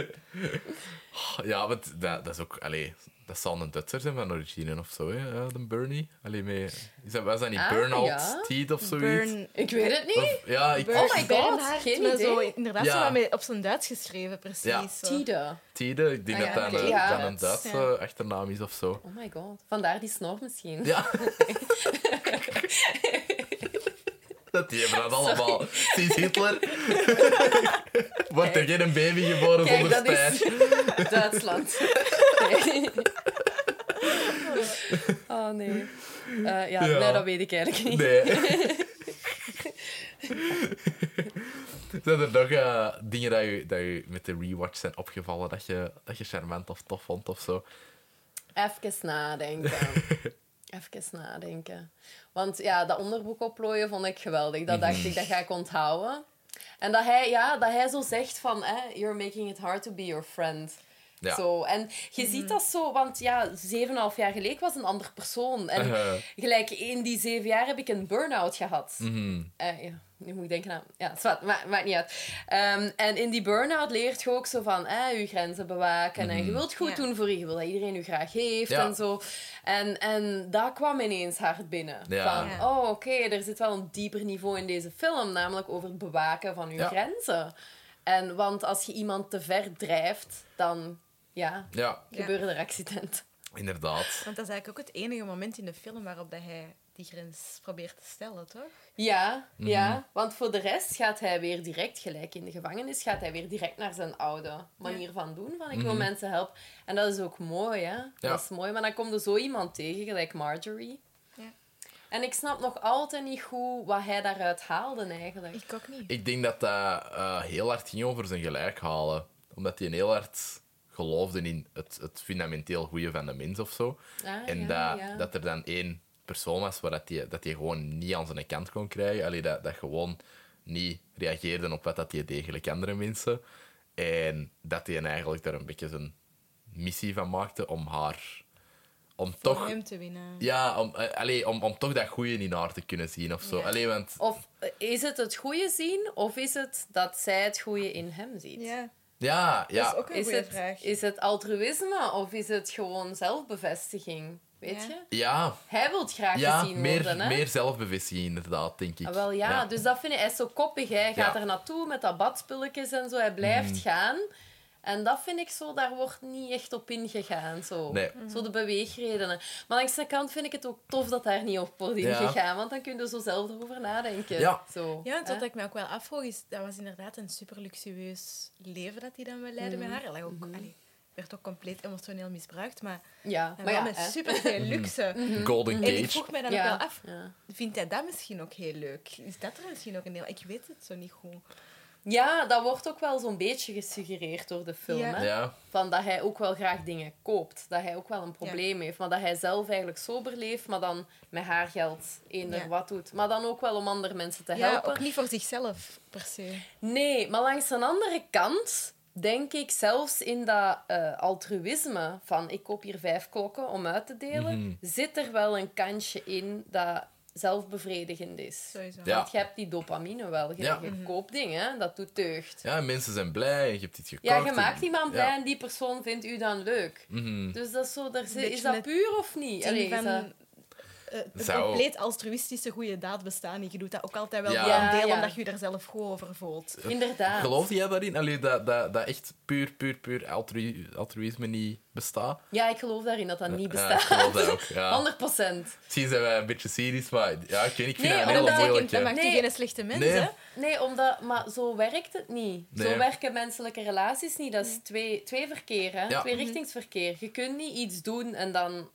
Ja, want dat is ook... Allee, dat zal een Duitser zijn van origine of zo, hè, de Bernie. Allee, was dat niet Ah, Burnout ja. Teed of zoiets? Burn... Ik weet het niet. Of, ja, ik... Oh my god, Bernhard, geen maar idee. Zo, inderdaad, Ja. zo wat met, op zijn Duits geschreven, precies. Ja. Zo. Tiede. Tede, ik denk Ah, dat ja, dat oké. een, Ja. dat een Duitse Ja. achternaam is of zo. Oh my god. Vandaar die snor misschien. Ja. Dat die hebben dat allemaal. Sinds Hitler wordt er geen baby geboren Kijk, zonder dat spijt. is Duitsland. Nee. Oh nee. Ja. Nee, dat weet ik eigenlijk niet. Nee. Zijn er nog dingen dat je met de rewatch zijn opgevallen dat je charmant of tof vond of zo? Even nadenken. Want ja, dat onderbroek oplooien vond ik geweldig. Dat dacht ik, dat ga ik onthouden. En dat hij zo zegt van, you're making it hard to be your friend. Ja. Zo. En je ziet dat zo, want 7,5 jaar geleden was een ander persoon. En gelijk in die 7 jaar heb ik een burn-out gehad. Ja, nu moet ik denken aan... Ja, zwart, maakt niet uit. En in die burn-out leert je ook zo van je grenzen bewaken. En je wilt goed doen voor je. Je wil dat iedereen je graag heeft en zo. En dat kwam ineens hard binnen. Ja. Van, oké, er zit wel een dieper niveau in deze film. Namelijk over het bewaken van je grenzen. Want als je iemand te ver drijft, dan gebeuren er accidenten. Inderdaad. Want dat is eigenlijk ook het enige moment in de film waarop dat hij die grens probeert te stellen, toch? Ja, want voor de rest gaat hij weer direct, gelijk in de gevangenis, gaat hij weer direct naar zijn oude manier van doen. Van ik wil mensen helpen. En dat is ook mooi, hè? Dat is mooi, maar dan komt er zo iemand tegen, gelijk Marjorie. Ja. En ik snap nog altijd niet goed wat hij daaruit haalde, eigenlijk. Ik ook niet. Ik denk dat dat heel hard ging over zijn gelijk halen. Omdat hij heel hard geloofde in het fundamenteel goede van de mens of zo. En dat er dan één persoon was waar dat hij gewoon niet aan zijn kant kon krijgen. Allee, dat gewoon niet reageerde op wat hij deed gelijk andere mensen. En dat hij eigenlijk daar een beetje zijn missie van maakte om haar... Om voor toch hem te winnen. Ja, om toch dat goede in haar te kunnen zien of zo. Ja. Allee, want... Of is het goede zien, of is het dat zij het goede in hem ziet? Ja. Ja. Dat is ook een goede vraag. Is het altruïsme, of is het gewoon zelfbevestiging? Weet je? Ja. Hij wil graag gezien worden, hè? meer zelfbevestiging inderdaad, denk ik. Ah, wel ja, dus dat vind ik... Hij is zo koppig, hè. Hij gaat er naartoe met dat badspulletjes en zo. Hij blijft gaan. En dat vind ik zo... Daar wordt niet echt op ingegaan, zo. Nee. Zo de beweegredenen. Maar langs de kant vind ik het ook tof dat daar niet op wordt ingegaan. Want dan kun je zo zelf erover nadenken. Ja. Zo, Ja, want wat ik me ook wel afvroeg is... Dat was inderdaad een super luxueus leven dat hij dan wel leidde met haar. Hij lag ook... werd ook compleet emotioneel misbruikt, maar... Maar ja, met superveel luxe. Golden En ik Cage. vroeg mij dan ook wel af... Ja. Vindt hij dat misschien ook heel leuk? Is dat er misschien ook een deel... Ik weet het zo niet goed. Ja, dat wordt ook wel zo'n beetje gesuggereerd door de film. Ja. Hè? Ja. Van dat hij ook wel graag dingen koopt. Dat hij ook wel een probleem heeft. Maar dat hij zelf eigenlijk sober leeft, maar dan met haar geld eender wat doet. Maar dan ook wel om andere mensen te Ja, helpen. ook niet voor zichzelf, per se. Nee, maar langs een andere kant denk ik zelfs in dat altruïsme van ik koop hier 5 klokken om uit te delen, zit er wel een kantje in dat zelfbevredigend is. Sowieso. Ja. Want je hebt die dopamine wel. Je koopt dingen, dat doet deugd. Ja, mensen zijn blij en je hebt iets gekocht. Ja, je maakt iemand blij Ja. en die persoon vindt u dan leuk. Dus dat is zo, is beetje dat het puur of niet? Allee, is Van, dat- een Zou- compleet altruïstische goede daad bestaan niet. Je doet dat ook altijd wel Ja. voor een Ja, deel ja. omdat je je er zelf goed over voelt. Inderdaad. Geloof jij daarin? Allee, dat echt puur altruïsme niet bestaat? Ja, ik geloof daarin dat dat niet Ja, bestaat. ik geloof dat ook, ja. 100%. Misschien zijn wij een beetje cynisch, maar ja, ik weet niet, ik vind Nee, dat een omdat hele ik- moeilijke. Dat maakt Nee. je geen slechte mens, Nee. hè? Nee, maar zo werkt het niet. Nee. Zo werken menselijke relaties niet. Dat is twee verkeer, hè? Ja. Tweerichtingsverkeer. Je kunt niet iets doen en dan...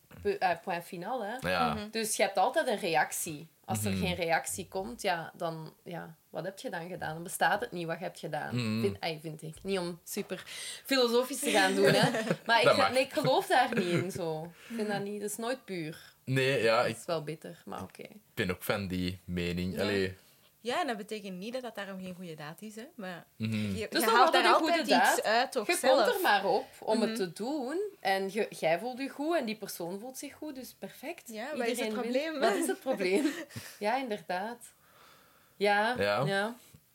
point final, hè? Ja. Dus je hebt altijd een reactie. Als er geen reactie komt, dan... Ja, wat heb je dan gedaan? Dan bestaat het niet wat je hebt gedaan. Vind ik. Niet om super filosofisch te gaan doen, hè. Maar Dat mag. ik geloof daar niet in, zo. Ik vind dat niet... Dat is nooit puur. Nee, ja, Dat ik is wel bitter, maar oké. ben ook van die mening. Ja. Allee, Ja, en dat betekent niet dat dat daarom geen goede daad is, hè. Maar Mhm. je Dus je dan haalt wordt daar het een altijd goede iets daad. uit, toch Je zelf. komt er maar op om het te doen. En jij voelt je goed en die persoon voelt zich goed. Dus perfect. Ja, wat is het Iedereen wint. probleem? Wat is het probleem? Ja, inderdaad. Ja. Ja.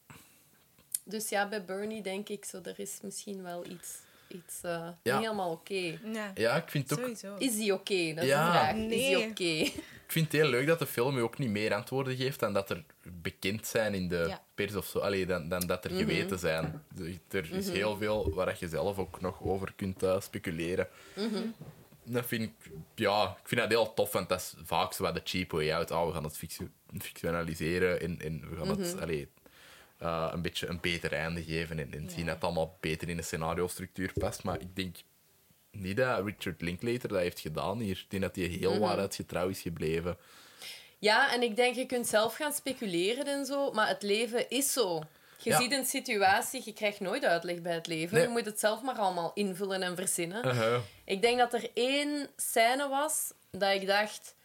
Dus ja, bij Bernie denk ik zo, er is misschien wel iets Ja. niet helemaal oké. Ja, ja, ik vind het ook... sowieso. Is die oké? Dat is Ja. de vraag. Is Nee. die oké? Ik vind het heel leuk dat de film je ook niet meer antwoorden geeft dan dat er bekend zijn in de Ja. pers of zo. Allee, dan dat er geweten zijn. Er is heel veel waar je zelf ook nog over kunt speculeren. Dat vind ik... Ja, ik vind dat heel tof, want dat is vaak zo wat de cheap way out. We gaan het fictionaliseren en we gaan het een beetje een beter einde geven en zien dat het allemaal beter in de scenario-structuur past. Maar ik denk niet dat Richard Linklater dat heeft gedaan hier. Ik denk dat hij heel waarheidsgetrouw is gebleven. Ja, en ik denk, je kunt zelf gaan speculeren en zo, maar het leven is zo. Je Ja. ziet een situatie, je krijgt nooit uitleg bij het leven. Nee. Je moet het zelf maar allemaal invullen en verzinnen. Uh-huh. Ik denk dat er 1 scène was dat ik dacht...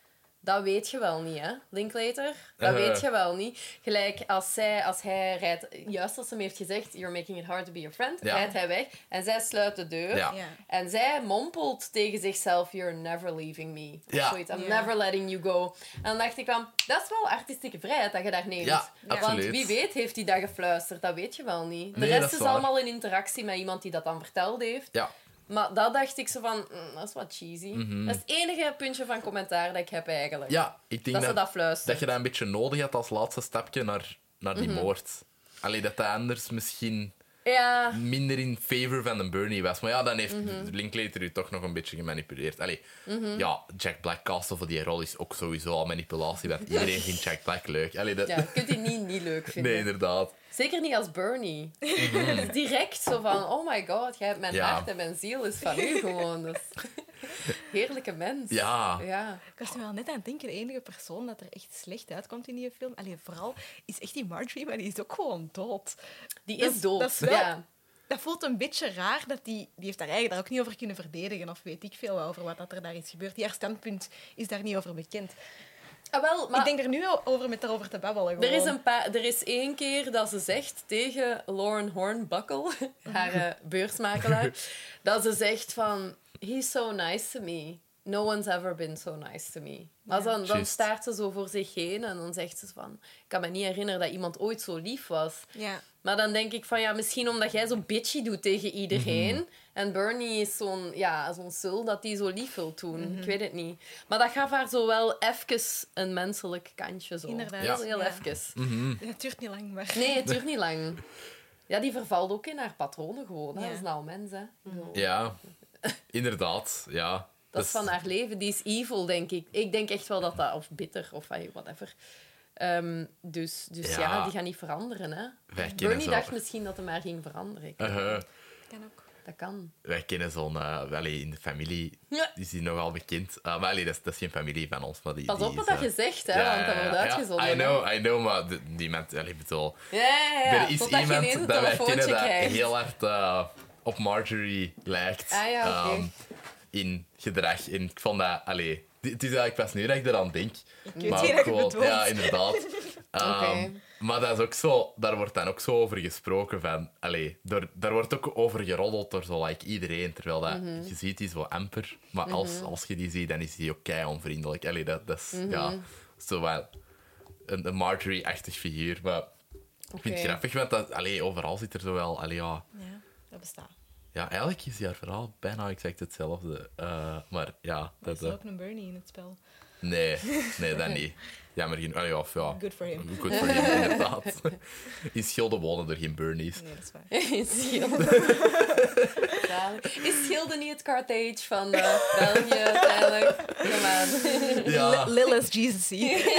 Dat weet je wel niet, hè, Linklater? Dat weet je wel niet. Gelijk als hij rijdt... Juist als ze hem heeft gezegd... You're making it hard to be your friend. Ja. Rijdt hij weg. En zij sluit de deur. Ja. Ja. En zij mompelt tegen zichzelf... You're never leaving me. Of Ja. zoiets. I'm Ja. never letting you go. En dan dacht ik van... Dat is wel artistieke vrijheid dat je daar neemt. Ja, Want absoluut. wie weet heeft hij dat gefluisterd. Dat weet je wel niet. De Nee, rest dat is is waar. allemaal in interactie met iemand die dat dan verteld heeft. Ja. Maar dat dacht ik zo van... dat is wat cheesy. Dat is het enige puntje van commentaar dat ik heb eigenlijk. Ja, ik denk Dat ze dat fluistert. dat je dat een beetje nodig had als laatste stapje naar die moord. Allee, dat anders misschien Ja. minder in favor van de Bernie was. Maar ja, dan heeft Linklater u toch nog een beetje gemanipuleerd. Allee, ja, Jack Black casten voor die rol is ook sowieso al manipulatie, want iedereen vindt Jack Black leuk. Allee, dat... Ja, je kunt die niet leuk vinden. Nee, inderdaad. Zeker niet als Bernie. Dat is direct zo van... Oh my god, jij hebt mijn Ja. hart en mijn ziel is van u gewoon. Dat is... Heerlijke mens. Ja. Ja. Ik was er wel net aan het denken, de enige persoon dat er echt slecht uitkomt in die film, allee, vooral, is echt die Marjorie, maar die is ook gewoon dood. Die Dat is dood. Dat is wel... Ja. Dat voelt een beetje raar dat die heeft daar eigenlijk daar ook niet over kunnen verdedigen of weet ik veel wel over wat dat er daar is gebeurd. Die haar standpunt is daar niet over bekend. Ah, wel, maar Ik denk er nu al over met daarover te babbelen. er is één keer dat ze zegt tegen Lauren Hornbuckle, haar beursmakelaar, dat ze zegt van... He's so nice to me. No one's ever been so nice to me. Maar dan Juist. staart ze zo voor zich heen en dan zegt ze van... Ik kan me niet herinneren dat iemand ooit zo lief was. Ja. Maar dan denk ik van, ja, misschien omdat jij zo bitchy doet tegen iedereen. En Bernie is zo'n sul dat die zo lief wil doen. Ik weet het niet. Maar dat gaf haar zo wel even een menselijk kantje. Zo. Inderdaad. Heel, heel Ja. even. Het duurt niet lang, maar... Nee, het duurt niet lang. Ja, die vervalt ook in haar patronen gewoon. Hè. Ja. Dat is een oude mens, hè. Ik bedoel, Ja, inderdaad. Ja. dat is van haar leven. Die is evil, denk ik. Ik denk echt wel dat dat... Of bitter, of whatever. Dus Ja. ja, die gaat niet veranderen, hè. Wij kennen Bernie zo. dacht misschien dat hij maar ging veranderen. Kan ook. Dat kan. Wij kennen zo'n... allee, in de familie Ja. is die nogal bekend. Maar allee, dat is geen familie van ons. Maar die, Pas die op wat is, dat je zegt, hè, want dat wordt uitgezonden. I know, maar die mensen... Allee, bedoel... Ja. Er is Totdat je ineens een iemand dat wij kennen telefoontje dat krijgt. heel hard op Marjorie lijkt. Ah, ja, oké. In gedrag. En ik vond dat... Allee, het is eigenlijk pas nu dat ik eraan denk. weet Maar wie ook dat je gewoon... bedoelt. Ja, inderdaad. Oké. Maar dat is ook zo... Daar wordt dan ook zo over gesproken van... Allee, daar wordt ook over geroddeld door zo like, iedereen. Terwijl dat, je ziet die zo amper. Maar als je die ziet, dan is die ook kei onvriendelijk. Allee, dat is... Ja, zo wel... Een Marjorie-achtig figuur. Maar ik vind het Oké. grappig, want dat, allee, overal zit er zo wel... Allee, ja... Ja, dat bestaat. Ja, eigenlijk is haar verhaal bijna exact hetzelfde. Maar ja, Er dat... is ook een Bernie in het spel. Nee, dat niet. Ja, maar geen... Allee, of ja... Good for him. Goed voor hem, inderdaad. In Schilde wonen er geen Bernies. Nee, dat is waar. Is Schilde. Zalig. Is Schilde niet het Carthage van België uiteindelijk? Kom aan. Ja, Lilith Jesus.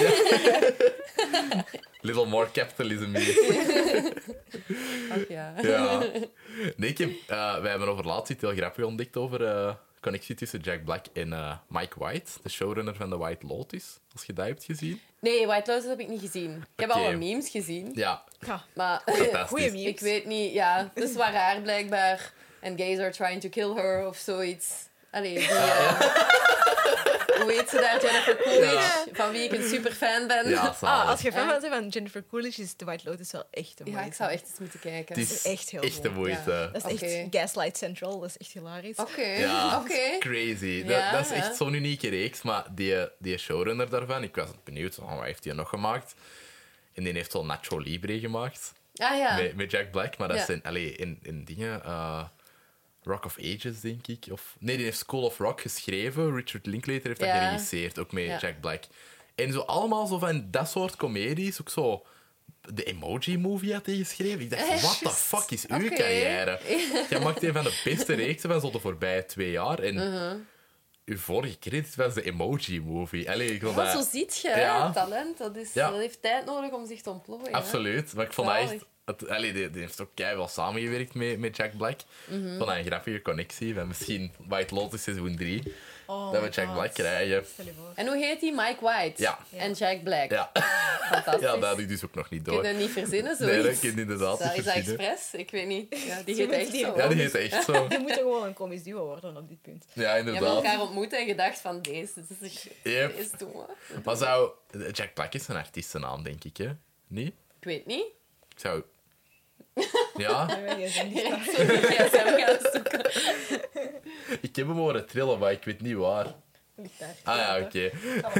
little more capitalism hier. Ach ja. Ja. Nee, wij hebben over laatst iets heel grappig ontdekt over connectie tussen Jack Black en Mike White, de showrunner van The White Lotus, als je dat hebt gezien. Nee, White Lotus heb ik niet gezien. Ik heb Oké. al wat memes gezien. Ja, Ja, Maar fantastisch. goeie memes. ik weet niet, ja, het is waar raar blijkbaar. En gays are trying to kill her of zoiets. Allee, die... hoe heet ze daar? Jennifer Coolidge, van wie ik een superfan ben. Ja, zalig. als je fan bent van Jennifer Coolidge, is The White Lotus wel echt een Ja, mooie. ik zou echt eens moeten kijken. Het is echt heel echt de goed. moeite. Dat is Oké. echt Gaslight Central, dat is echt hilarisch. Oké, Ja, oké. crazy. Ja, Dat is ja. echt zo'n unieke reeks, maar die showrunner daarvan, ik was benieuwd, wat heeft hij nog gemaakt? En die heeft zo'n Nacho Libre gemaakt, Ah ja. met Jack Black, maar dat Ja. zijn in dingen... Rock of Ages, denk ik. Nee, die heeft School of Rock geschreven. Richard Linklater heeft dat Ja. geregisseerd, ook met Ja. Jack Black. En zo allemaal zo van dat soort comedies, ook zo... De Emoji Movie had hij geschreven. Ik dacht, what the Juist. fuck is uw Oké. carrière? Jij maakt een van de beste reeksen van zo de voorbije 2 jaar. En Uh-huh. uw vorige credit was de Emoji Movie. Allee, ik vond Ja, dat... zo ziet je, Ja. hè, talent. Dat Ja. heeft tijd nodig om zich te ontplooien. hè. Absoluut. Maar ik vond dat echt Zalig. Die heeft ook keihard samengewerkt met Jack Black. Vond dat een grappige connectie. Van misschien White Lotus seizoen 3. Oh Dat my we Jack God. Black krijgen. Stel je voor. En hoe heet die? Mike White. Ja. En Jack Black. Ja. Fantastisch. Ja, dat had ik dus ook nog niet Kun je door. dat niet verzinnen, zoiets? Nee, dat kan je inderdaad Is dat niet verzinnen. expres? Ik weet niet. Ja, die Zo heet moet echt die zo. Ja, die heet echt zo. Je moet er gewoon een komisch duo worden op dit punt. Ja, Je hebt inderdaad. elkaar ontmoet en gedacht van deze is Yep. deze doen we. Maar zou... Jack Black is een artiestennaam, denk ik, hè? Niet? Ik weet niet. Ik zou... Ja? Je bent niet waar. Zo die gsm gaan zoeken. Ik heb hem horen trillen, maar ik weet niet waar. Ligt daar. Ah ja, oké.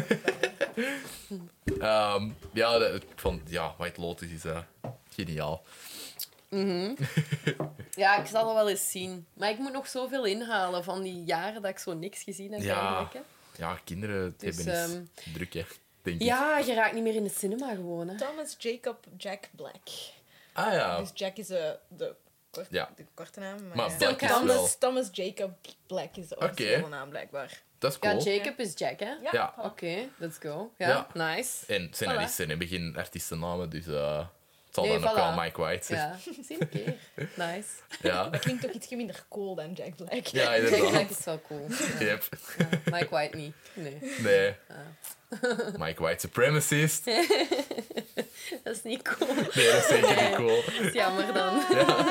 Ja, ik vond... Ja, White Lotus is geniaal. Ja, ik zal dat wel eens zien. Maar ik moet nog zoveel inhalen van die jaren dat ik zo niks gezien heb. Ja. Eigenlijk, hè. Ja, kinderen Dus, hebben eens druk, hè. Denk ik. Ja, je raakt niet meer in de cinema gewoon. Hè. Thomas Jacob Jack Black. Ah ja. Dus Jack is de korte naam. Maar Still Black is wel... Thomas Jacob Black is de originele naam, blijkbaar. Dat is Ja, cool. Jacob is Jack, hè? Ja. Oké, let's go. Ja, Ja. nice. En scenaristen hebben geen artiestennamen, dus het zal Nee, dan ook voilà. wel Mike White zijn. Ja, zie een keer. Nice. Ja, Dat klinkt toch iets minder cool dan Jack Black. ja Jack inderdaad. Black is wel cool. Ja. Yep. Ja, Mike White niet. Nee, Nee. Mike White supremacist. dat is niet cool. Nee, dat is zeker niet cool. Dat is jammer dan.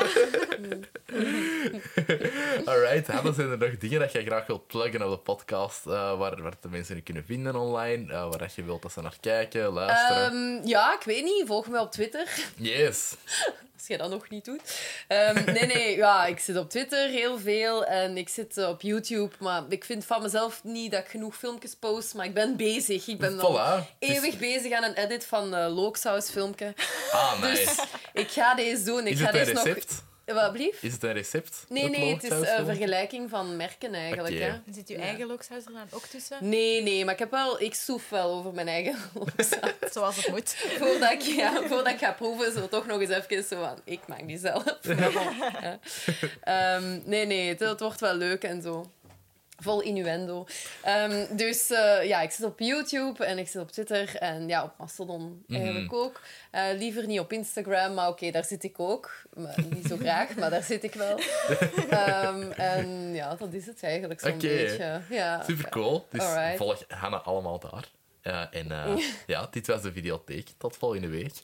Alright, Hanna, zijn er nog dingen dat je graag wilt pluggen op de podcast, waar de mensen je kunnen vinden online, waar dat je wilt dat ze naar kijken, luisteren? Ja, ik weet niet. Volg me op Twitter. Yes. Als je dat nog niet doet. Nee. Ja, ik zit op Twitter heel veel. En ik zit op YouTube. Maar ik vind van mezelf niet dat ik genoeg filmpjes post. Maar ik ben bezig. Ik ben al Voilà. Het is- eeuwig bezig aan een edit van Looksaus filmpje. Ah, nice. Dus ik ga deze doen. Ik Is ga het een deze recept? nog... Wat blieft? Is het een recept? Nee, het is loogsausfilm? vergelijking van merken eigenlijk. Oké. Hè? En zit je eigen lokshuis er dan ook tussen? Nee, maar ik soef wel over mijn eigen looksaus. Zoals het moet. Voordat ik ga proeven, zo toch nog eens even zo van... Ik maak die zelf. Maar bon, ja. Nee, het wordt wel leuk en zo. Vol innuendo. Dus ja, ik zit op YouTube en ik zit op Twitter en ja, op Mastodon eigenlijk ook. Liever niet op Instagram, maar oké, daar zit ik ook. Maar niet zo graag, maar daar zit ik wel. En ja, dat is het eigenlijk zo'n Oké. beetje. Ja. Super cool. Dus Alright. volg Hanna allemaal daar. Ja, dit was de videotheek. Tot volgende week.